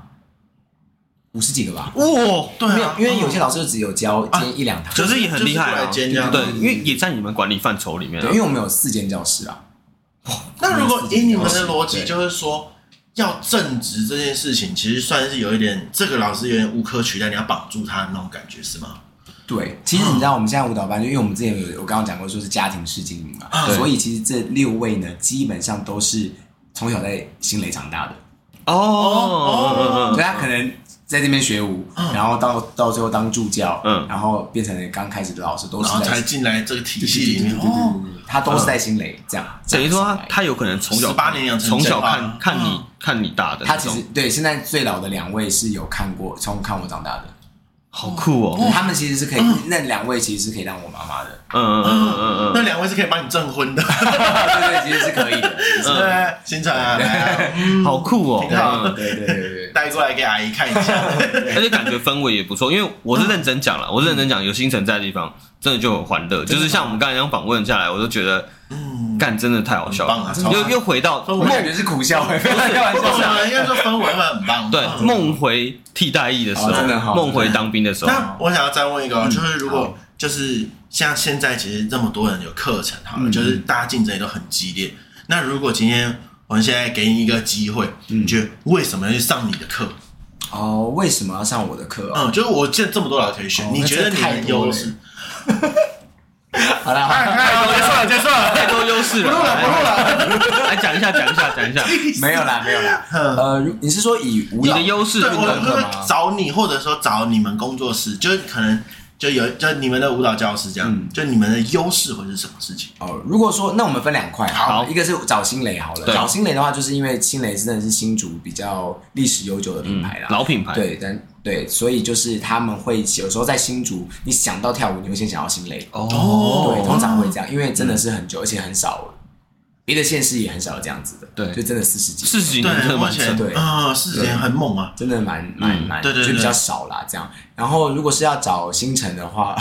？50几个吧。 哇， 对啊， 因为有些老师就只有教1、2堂， 可是也很厉害啊。 对， 因为也在你们管理范畴里面。 对，因为我们有4间教室啊。 那如果以你们的逻辑，就是说。要正职这件事情，其实算是有一点，这个老师有点无可取代，你要绑住他的那种感觉，是吗？ 对，其实你知道我们现在舞蹈班，就因为我们之前我刚刚讲过，说是家庭式经营嘛，所以其实这6位呢，基本上都是从小在新雷长大的。所以他可能在这边学舞，然后到最后当助教，然后变成刚开始的老师，都是然后才进来这个体系里面。 他都是在新雷这样， 等于说他有可能从小 18年养成， 从小看你大的。 他其实对现在最老的2位是有看过，从看我长大的， 好酷哦！ 他们其实是可以，那2位其实是可以当我妈妈的。 那2位是可以帮你证婚的。 对，其实是可以的。 对，新传啊， 好酷哦！ 对， 带过来给阿姨看一下。 而且感觉氛围也不错，因为我是认真讲了，有星辰在的地方，真的就很欢乐。就是像我们刚才这样访问下来，我都觉得，干真的太好笑了，又回到梦，感觉是苦笑，开玩笑，应该说氛围很棒。 对，梦回替代役的时候，梦回当兵的时候。 那我想要再问一个，就是如果就是像现在其实这么多人有课程，就是大家竞争也都很激烈。那如果今天我们现在给你一个机会，你觉得为什么要去上你的课？ 为什么要上我的课？ 就是我见这么多老师可以选，你觉得你的优势？ 好了， 结束了， 太多优势了，不录了，来讲一下。 没有啦。 你是说以你的优势运动课吗？ 找你，或者说找你们工作室，就是可能就你们的舞蹈教室这样，就你们的优势会是什么事情？ 如果说那我们分2块， 好， 一个是找新雷好了，找新雷的话，就是因为新雷真的是新竹比较历史悠久的品牌啦， 老品牌， 对，所以就是他们会有时候在新竹，你想到跳舞，你会先想到新雷对，通常会这样，因为真的是很久，而且很少，别的县市也很少有这样子的， 对， 就真的40几年，真的蛮扯，对，40几年很猛啊， 真的蛮，就比较少啦这样。然后如果是要找新城的话，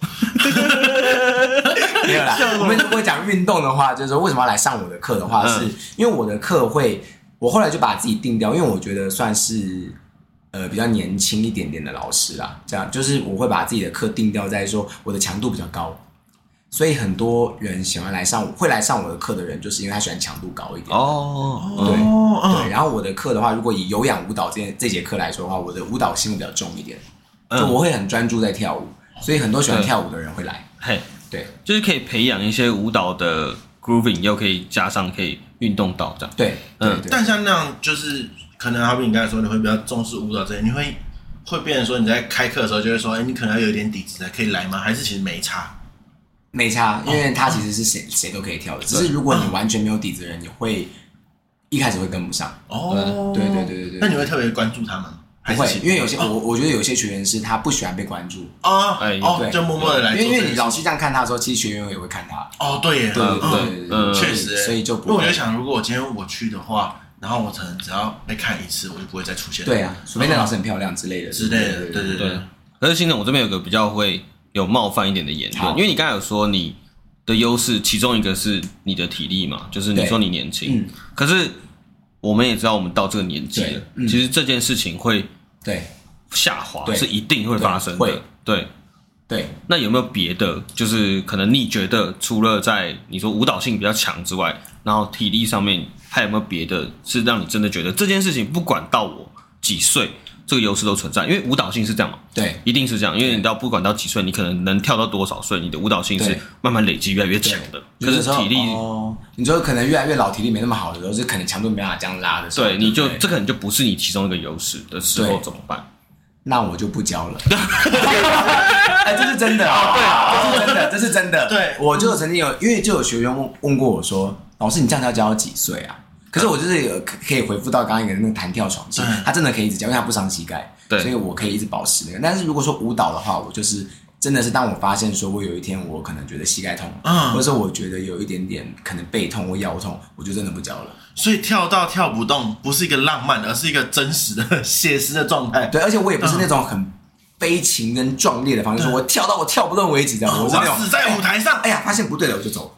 没有啦，我们如果讲运动的话，就是说为什么要来上我的课的话，是因为我的课我后来就把自己定掉，因为我觉得算是比较年轻一点点的老师啦，这样就是我会把自己的课定掉在说我的强度比较高，所以很多人喜欢会来上我的课的人，就是因为他喜欢强度高一点。对，然后我的课的话，如果以有氧舞蹈这节课来说的话，我的舞蹈性会比较重一点，就我会很专注在跳舞，所以很多喜欢跳舞的人会来。对， 就是可以培养一些舞蹈的 grooving， 又可以加上可以运动到这样。 对， 但像那样就是可能好比你刚才说，你会比较重视舞蹈这些，你会变成说你在开课的时候就会说，你可能要有一点底子才可以来吗？还是其实没差？ 没差，因为它其实是谁都可以跳的，只是如果你完全没有底子的人，你会一开始会跟不上。对。 那你会特别关注他们吗？ 不会，因为有些我觉得有些学员是他不喜欢被关注对，就默默的来做。 因为你老师这样看他的时候，其实学员也会看他。 对耶， 对， 确实， 所以就不会。 因为我就想，如果我今天我去的话，然后我可能只要被看一次，我就不会再出现。 对啊，除非那老师很漂亮之类的。 对。 可是新人，我这边有个比较会有冒犯一点的言论，因为你刚才有说你的优势，其中一个是你的体力嘛，就是你说你年轻，可是我们也知道我们到这个年纪了，其实这件事情会下滑，是一定会发生的。对。那有没有别的？就是可能你觉得除了在你说舞蹈性比较强之外，然后体力上面还有没有别的是让你真的觉得这件事情不管到我几岁，这个优势都存在？因为舞蹈性是这样嘛， 对， 一定是这样。因为你不管到几岁，你可能能跳到多少岁，你的舞蹈性是慢慢累积越来越强的。可是体力， 你说可能越来越老，体力没那么好的时候，是可能强度没办法这样拉的时候， 对，这可能就不是你其中一个优势的时候，怎么办？ 那我就不教了。这是真的这是真的。 对， 我就曾经因为就有学员问过我说，老师你这样教到几岁啊？可是我就是可以回复到刚刚一个那个弹跳床，他真的可以一直教，因为他不伤膝盖，所以我可以一直保持那个。但是如果说舞蹈的话，我就是真的是当我发现说我有一天我可能觉得膝盖痛，或者说我觉得有一点点可能背痛或腰痛，我就真的不教了。 所以跳到跳不动不是一个浪漫，而是一个真实的写实的状态。 对，而且我也不是那种很悲情跟壮烈的方式，说我跳到我跳不动为止这样。我是那种死在舞台上， 哎呀，发现不对了我就走。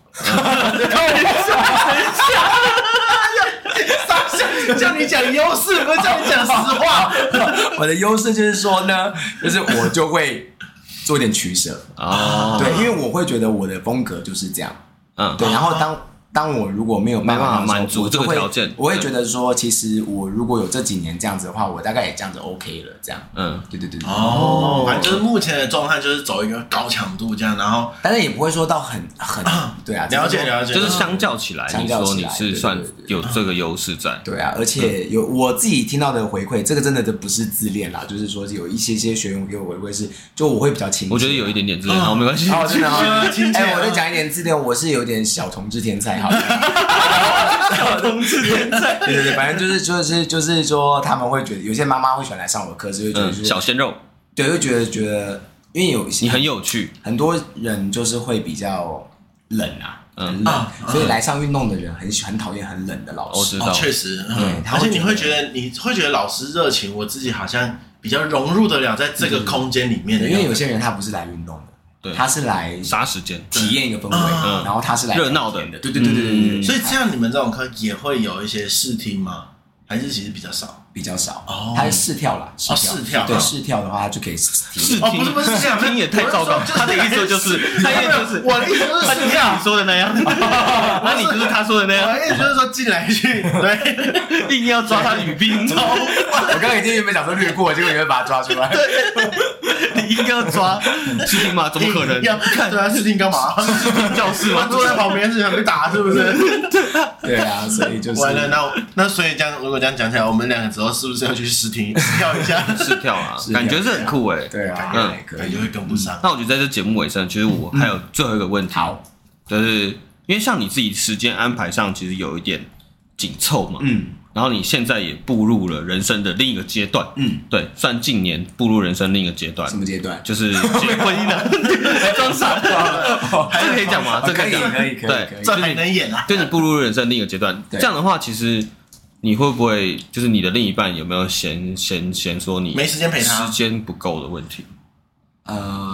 叫你讲优势，不是叫你讲实话。 我的优势就是说呢，就是我就会做一点取舍。对，因为我会觉得我的风格就是这样。对，然后当我如果没有办法满足这个条件， 我会觉得说，其实我如果有这几年这样子的话，我大概也这样子 OK 了，这样。对。 反正就是目前的状态就是走一个高强度这样，然后但是也不会说到很对啊， 了解， 就是相较起来，你说你是算有这个优势在。 对啊，而且有我自己听到的回馈，这个真的不是自恋啦，就是说有一些学员给我回馈是，就我会比较亲切。 我觉得有一点点自恋，好，没关系。 真的亲切。我就讲一点自恋，我是有点小同志天才。 小同志天才， 对，反正就是说，他们会觉得有些妈妈会喜欢来上我课，是会觉得小鲜肉， 对，会觉得，因为有些你很有趣， 很多人就是会比较冷啊，很冷，所以来上运动的人很讨厌很冷的老师。 我知道， 确实，而且你会觉得老师热情，我自己好像比较融入得了在这个空间里面的， 因为有些人他不是来运动的。他是来杀时间体验一个氛围，然后他是来热闹的， 对。 所以这样你们这种课也会有一些试听吗？还是其实比较少？ 比较少。它是试跳啦， 试跳。 对，试跳的话，它就可以试听。 不是这样， 听也太糟糕。他的意思就是， 我的意思就是他就是你说的那样，那你就是他说的那样。 我的意思就是说进来去，对， 硬要抓他语病。 我刚刚已经原本想说略过，结果你会把他抓出来。 你硬要抓试听吗？怎么可能？ 要看对啊，试听干嘛？ 试听教室吗？ 坐在旁边是想被打是不是？ 对啊，所以就是完了。那所以这样，如果这样讲起来，我们两个之后是不是要去试听跳一下？ 试跳啊，感觉是很酷哎。 对啊， 感觉会跟不上。 那我觉得在这节目尾声，其实我还有最后一个问题，就是因为像你自己时间安排上其实有一点紧凑嘛，然后你现在也步入了人生的另一个阶段，对，算近年步入人生另一个阶段。 什么阶段？ 就是结婚姻的，装傻，这可以讲吗？这可以， 对， 这还能演啊？ 就你步入人生另一个阶段，这样的话，其实你会不会就是你的另一半有没有嫌说你没时间陪他， 时间不够的问题？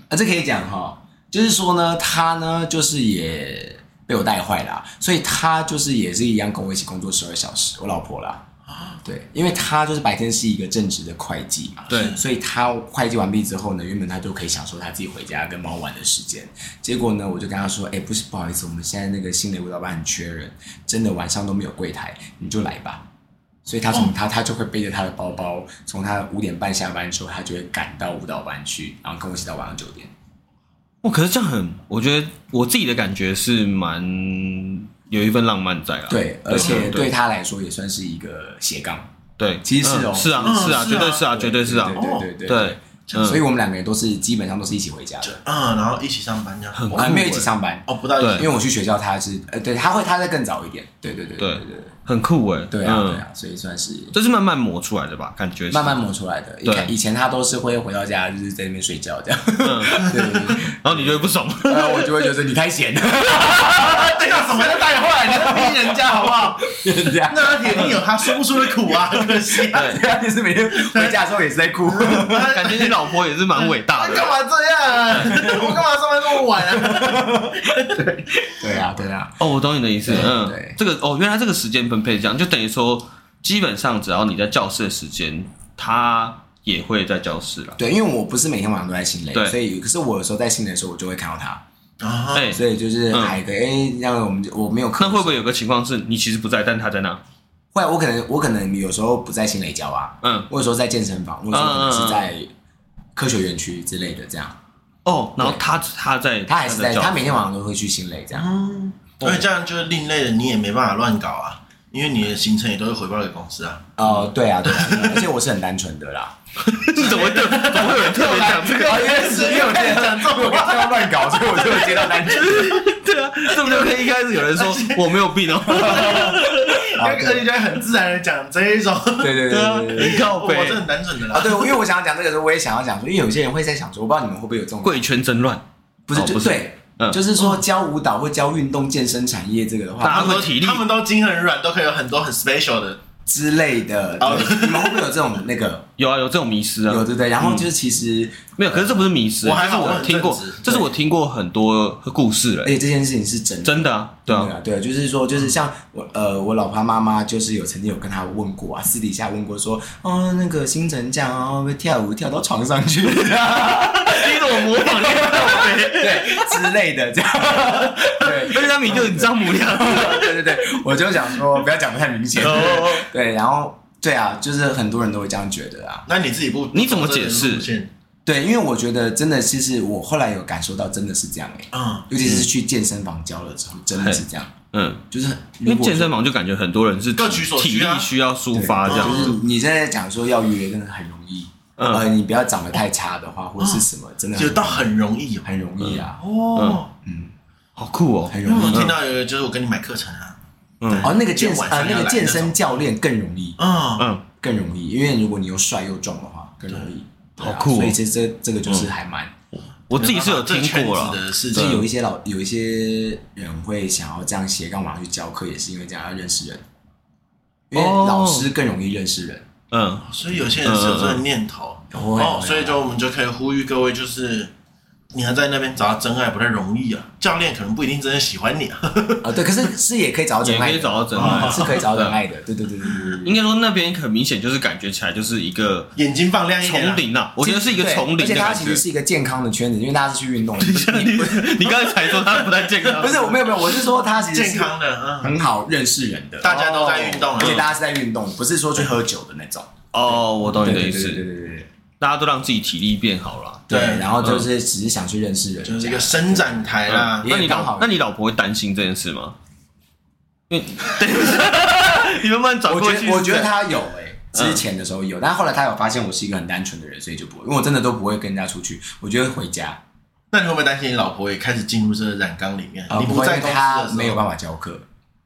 这可以讲哈，就是说呢，他呢就是也被我带坏了，所以他就是也是一样跟我一起工作12小时，我老婆啦。对，因为他就是白天是一个正职的会计嘛， 对， 所以他会计完毕之后呢，原本他就可以享受他自己回家跟猫玩的时间。结果呢，我就跟他说，不好意思，我们现在那个新的舞蹈班很缺人，真的晚上都没有柜台，你就来吧。所以他他就会背着他的包包，从他5点半下班之后，他就会赶到舞蹈班去，然后跟我一起到晚上9点。 可是这样我觉得我自己的感觉是蛮有一份浪漫在啊。 对，而且对他来说也算是一个斜杠。 对， 其实是是啊，绝对是啊，绝对是啊， 对。所以我们2个人都是基本上都是一起回家的， 然后一起上班这样。 我们没有一起上班不到一起， 因为我去学校，他是对，他再更早一点，对， 很酷对啊，所以算是这是慢慢磨出来的吧？感觉慢慢磨出来的。以前他都是会回到家就是在那边睡觉这样，对， 然后你就会不爽， 我就会觉得你太闲了， 对啊，什么叫带坏？你在逼人家好不好？那铁定有他说不出的苦啊，可惜啊， 对，你是每天回家的时候也是在哭， 感觉你老婆也是蛮伟大的。 干嘛这样？我干嘛上班这么晚啊？ 对啊。 我懂你的意思。 对， 这个原来这个时间分配这样，就等于说，基本上只要你在教室的时间，他也会在教室了。 对，因为我不是每天晚上都在新雷，所以可是我有时候在新雷的时候，我就会看到他。所以就是还可以，让我没有课。 那会不会有个情况是你其实不在，但他在那？ 会，我可能有时候不在新雷教啊，我有时候在健身房，我有时候可能是在科学园区之类的这样。 然后他还是在，他每天晚上都会去新雷这样。 因为这样就是另类的，你也没办法乱搞啊，因为你的行程也都会回报给公司啊。 对啊，而且我是很单纯的啦。 怎么会有人特别讲这个？ 因为我之前讲这个，我不要乱搞，所以我就接到单纯。 对啊，这不就可以一开始有人说我没有病哦， 而且就很自然的讲这一种。 对， 很靠北， 我是很单纯的啦。 对，因为我想要讲这个时候，我也想要讲说，因为有些人会在想说，我不知道你们会不会有这种贵圈争乱， 不是对。就是说教舞蹈或教运动健身产业这个的话， 他们都筋很软，都可以有很多很 special 的之类的。你们会不会有这种那个？ 有啊，有这种迷思啊， 有对不对？然后就是其实没有，可是这不是迷思，我听过，这是我听过很多故事了。 而且这件事情是真的啊， 对，就是说，就是像我老婆妈妈，就是曾经有跟她问过啊，私底下问过说，那个新城这样会跳舞跳到床上去，你怎么模仿那个对之类的这样，对， 而且他明就很丈母娘， 对，我就想说不要讲得太明显，对，然后。对啊，就是很多人都会这样觉得啊。 那你自己你怎么解释？ 对，因为我觉得真的，其实我后来有感受到，真的是这样尤其是去健身房教了之后，真的是这样。就是因为健身房就感觉很多人是体力需要抒发这样。 就是你在讲说要约，真的很容易。你不要长得太差的话，或是什么，真的就到很容易， 很容易啊。 好酷哦， 很容易。 我听到有就是我跟你买课程啊。 那个健身教练更容易，更容易，因为如果你又帅又壮的话，更容易， 好酷。 所以这个就是还蛮， 我自己是有听过了， 就是有一些人会想要这样斜杠往去教课，也是因为这样要认识人，因为老师更容易认识人， 所以有些人是有这个念头，所以我们就可以呼吁各位，就是你要在那边找到真爱不太容易啊，教练可能不一定真的喜欢你啊。 对，可是也可以找到真爱， 也可以找到真爱， 是可以找到真爱的。对。 应该说那边很明显就是感觉起来就是一个眼睛放亮一点， 丛林啊，我觉得是一个丛林， 而且它其实是一个健康的圈子，因为大家是去运动的。 你刚才才说它不太健康， 不是我没有，我是说它其实是健康的， 很好认识人的， 大家都在运动， 而且大家是在运动，不是说去喝酒的那种。 我懂你的意思， 对。 大家都让自己体力变好了， 对，然后就是只是想去认识人， 就是一个伸展台啦。 那你老婆会担心这件事吗？因为你慢慢转过去， 我觉得他有之前的时候有，但后来他有发现我是一个很单纯的人，所以就不会，因为我真的都不会跟人家出去，我就会回家。 那你会不会担心你老婆也开始进入这个染缸里面？你不在他没有办法教课。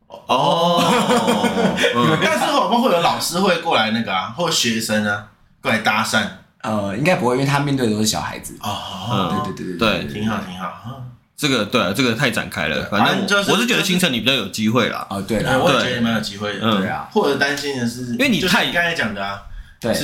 但是会不会有老师会过来那个或学生啊过来搭讪？ 应该不会，因为他面对的都是小孩子。 对， 挺好。 这个对啊，这个太展开了。反正我是觉得清晨你比较有机会啦。 对啦， 我也觉得你蛮有机会的。 对啊， 或者担心的是，因为你太刚才讲的啊， 对， 是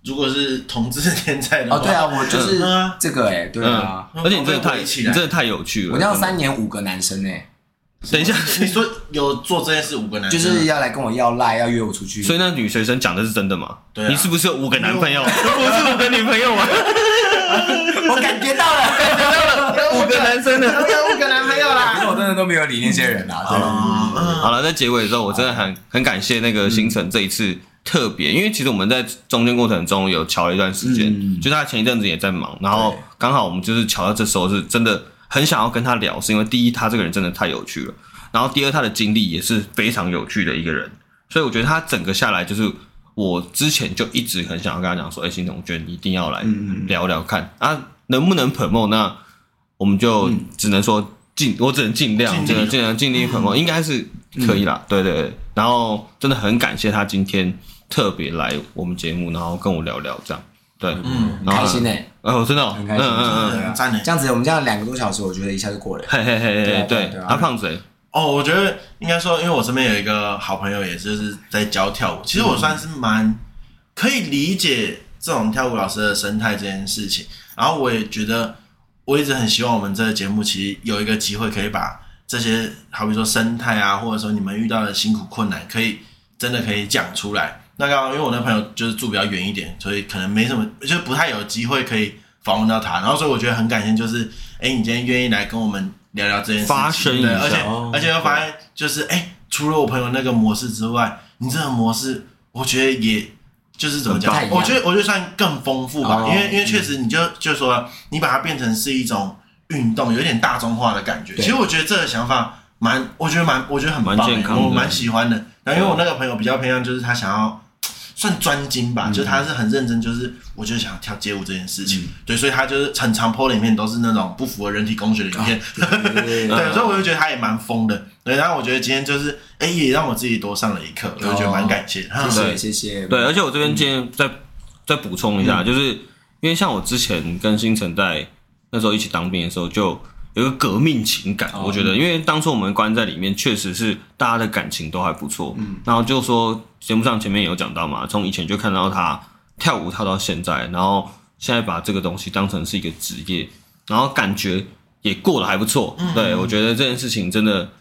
如果是同志天才的话， 对啊，我就是这个对啊， 而且你真的太有趣了。 我要3年5个男生等一下， 你说有做这件事5个男生， 就是要来跟我要赖，要约我出去。 所以那女学生讲的是真的吗？ 对啊， 你是不是有5个男朋友？不是5个女朋友吗？ 我感觉到了， 有5个男生的， 有5个男朋友啦。 可是我真的都没有理那些人啊。 好了，在结尾的时候，我真的很感谢那个星辰这一次特别，因为其实我们在中间过程中有瞧了一段时间，就他前一阵子也在忙，然后刚好我们就是瞧到这时候是真的很想要跟他聊，是因为第一他这个人真的太有趣了，然后第二他的经历也是非常有趣的一个人，所以我觉得他整个下来就是我之前就一直很想要跟他讲说，星辰，我觉得你一定要来聊聊看啊，能不能 promote， 那我们就只能说我只能尽量尽力 promote， 应该是可以啦，对对对，然后真的很感谢他今天特别来我们节目，然后跟我聊聊这样，对， 开心真的很开心， 很赞这样子我们这样2个多小时，我觉得一下就过了， 嘿嘿嘿，对，他胖子我觉得应该说，因为我身边有一个好朋友，也就是在教跳舞，其实我算是蛮可以理解这种跳舞老师的生态这件事情，然后我也觉得我一直很希望我们这个节目其实有一个机会可以把这些好比说生态啊，或者说你们遇到的辛苦困难，真的可以讲出来。那刚刚因为我那朋友就是住比较远一点，所以可能没什么，就不太有机会可以访问到他。然后所以我觉得很感谢，就是你今天愿意来跟我们聊聊这件事情， 发生一下， 而且又发现就是除了我朋友那个模式之外，你这个模式我觉得也就是怎么讲，我觉得算更丰富吧，因为确实你就说你把它变成是一种运动，有点大众化的感觉。其实我觉得这个想法我觉得很棒， 健康， 我蛮喜欢的。然后因为我那个朋友比较偏向，就是他想要算专精吧，就是他是很认真，就是我就是想要跳街舞这件事情，对，所以他就是很常 po 的影片都是那种不符合人体工学的影片，对，所以我就觉得他也蛮疯的，对，然后我觉得今天就是也让我自己多上了一课，我觉得蛮感谢， 谢谢， 对，而且我这边今天再补充一下，就是因为像我之前跟星辰在那时候一起当兵的时候就有一个革命情感，我觉得，因为当初我们关在里面，确实是大家的感情都还不错。然后就说节目上前面有讲到嘛，从以前就看到他跳舞跳到现在，然后现在把这个东西当成是一个职业，然后感觉也过得还不错。对，我觉得这件事情真的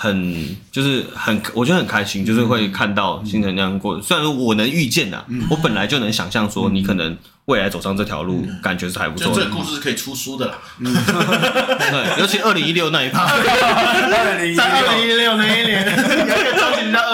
我觉得很开心，就是会看到星辰那样过。虽然说我能预见的，我本来就能想象说你可能未来走上这条路，感觉是还不错的。 就这个故事是可以出书的啦。 对，尤其2016那一趴， 在2016那一年，有一个专辑叫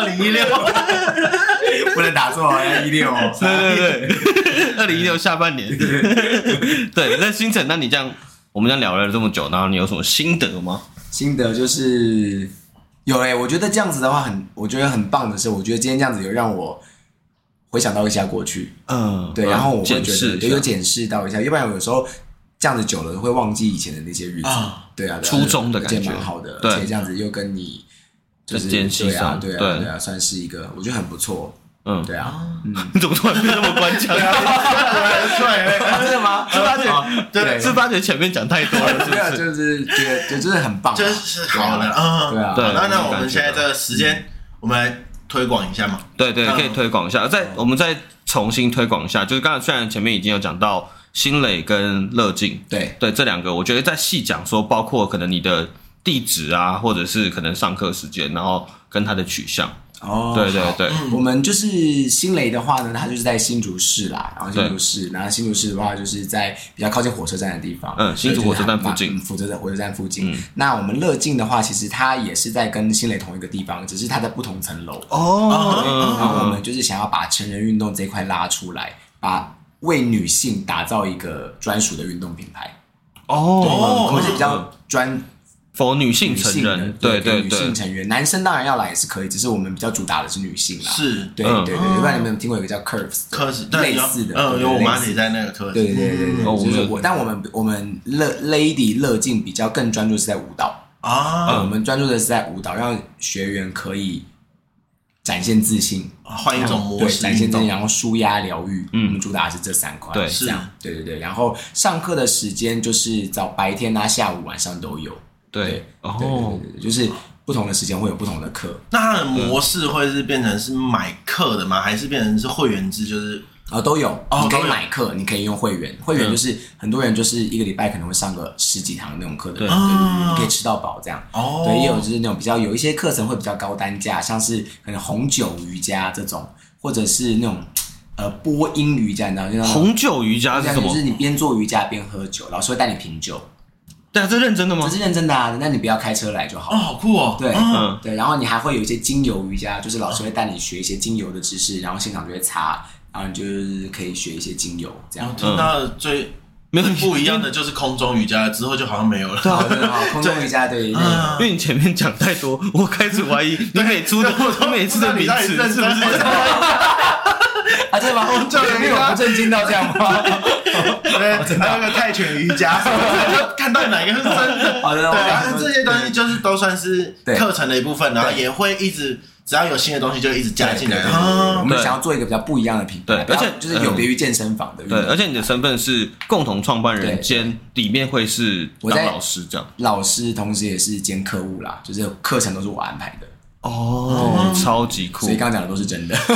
2016， 不能打错要16哦。 对，2016下半年。对，那星辰，那你这样，我们这样聊了这么久，然后你有什么心得吗？ 心得就是有我觉得这样子的话我觉得很棒的是，我觉得今天这样子有让我回想到一下过去，对，然后我会觉得有检视到一下，要不然有时候这样子久了会忘记以前的那些日子，对啊， 初衷的感觉蛮好的， 对， 而且这样子又跟你就是对啊，算是一个我觉得很不错。对啊， 你怎么突然变那么官腔？ 真的吗？ 是发觉前面讲太多了，是不是？ 就是觉得就是很棒， 就是好的，对啊。那我们现在这个时间，我们来推广一下嘛？ 对，可以推广一下。我们再重新推广一下，就是刚才虽然前面已经有讲到新磊跟乐进，对这2个，我觉得再细讲说，包括可能你的地址啊，或者是可能上课时间，然后跟他的取向。对， 我们就是新雷的话呢，它就是在新竹市啦，然后新竹市的话就是在比较靠近火车站的地方， 新竹火车站附近， 火车站附近。那我们乐进的话，其实它也是在跟新雷同一个地方，只是它在不同层楼。然后我们就是想要把成人运动这一块拉出来，把为女性打造一个专属的运动品牌。我们是比较否女性成人，对， 女性成员，男生当然要来也是可以，只是我们比较主打的是女性啦。 是， 对，不然你们有听过有个叫 Curves 类似的， 有我妈也在那个 Curves， 对，就是但我们Lady 乐进比较更专注是在舞蹈我们专注的是在舞蹈，让学员可以展现自信， 换一种模式， 展现自信，然后舒压疗愈。我们主打的是这3块， 对， 这样，对。然后上课的时间就是白天下午晚上都有。对，就是不同的时间会有不同的课。 那它的模式会是变成是买课的吗？还是变成是会员制？就是都有，你可以买课，你可以用会员，会员就是很多人就是一个礼拜可能会上个10几堂那种课的，对，你可以吃到饱这样。对，也有就是那种比较有一些课程会比较高单价，像是可能红酒瑜伽这种，或者是那种播音瑜伽，你知道吗？ 红酒瑜伽是什么？ 就是你边做瑜伽边喝酒，老师会带你品酒。 对啊，这认真的吗？ 这是认真的啊，那你不要开车来就好。 好酷哦。 对，对，然后你还会有一些精油瑜伽，就是老师会带你学一些精油的知识，然后现场就会擦。然后你就是可以学一些精油，这样。 听到的最不一样的就是空中瑜伽，之后就好像没有了。 对，空中瑜伽对，因为你前面讲太多，我开始怀疑你每次的名词是不是？ 真的吗？没有不震惊到这样吗？ 对，还有个泰拳瑜伽，看到哪个是真的？ 好的， 对，这些东西就是都算是课程的一部分，然后也会一直。只要有新的东西，就一直加进来。 我们想要做一个比较不一样的品牌， 对，而且就是有别于健身房的。 对，而且你的身份是共同创办人兼里面会是当老师这样。 老师同时也是兼客户啦，就是课程都是我安排的。 超级酷！ 所以刚刚讲的都是真的。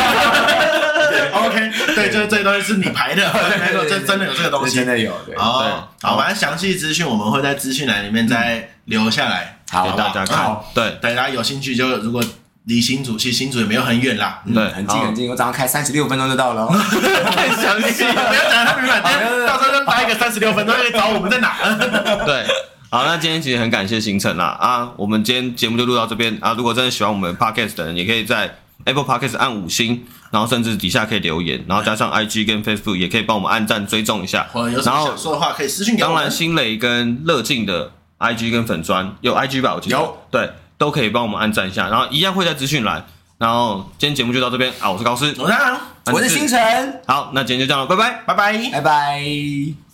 OK， 对，就是这些东西是你排的，没错，这真的有这个东西， 真的有。对， 好，反正详细资讯我们会在资讯栏里面再留下来， 给大家看。对， 大家有兴趣就如果。离新竹，其实新竹也没有很远啦， 对， 很近很近，我早上开36分钟就到了。 太详细了， 不要讲太明白，到时候就搭一个36分钟，可以找我们在哪？ 对，好，那今天其实很感谢行程啦啊，我们今天节目就录到这边啊。如果真的喜欢我们 Podcast 的人，也可以在 Apple Podcast 按5星，然后甚至底下可以留言，然后加上 IG 跟 Facebook 也可以帮我们按赞追踪一下。 有什么想说的话可以私讯给我们。 当然，新蕾跟乐进的 IG 跟粉专有 IG 吧，我记得有， 对。都可以帮我们按赞一下，然后一样会在资讯栏。然后今天节目就到这边啊，我是高斯， 我是星辰。 好，那今天就这样了，拜拜， 拜拜， 拜拜。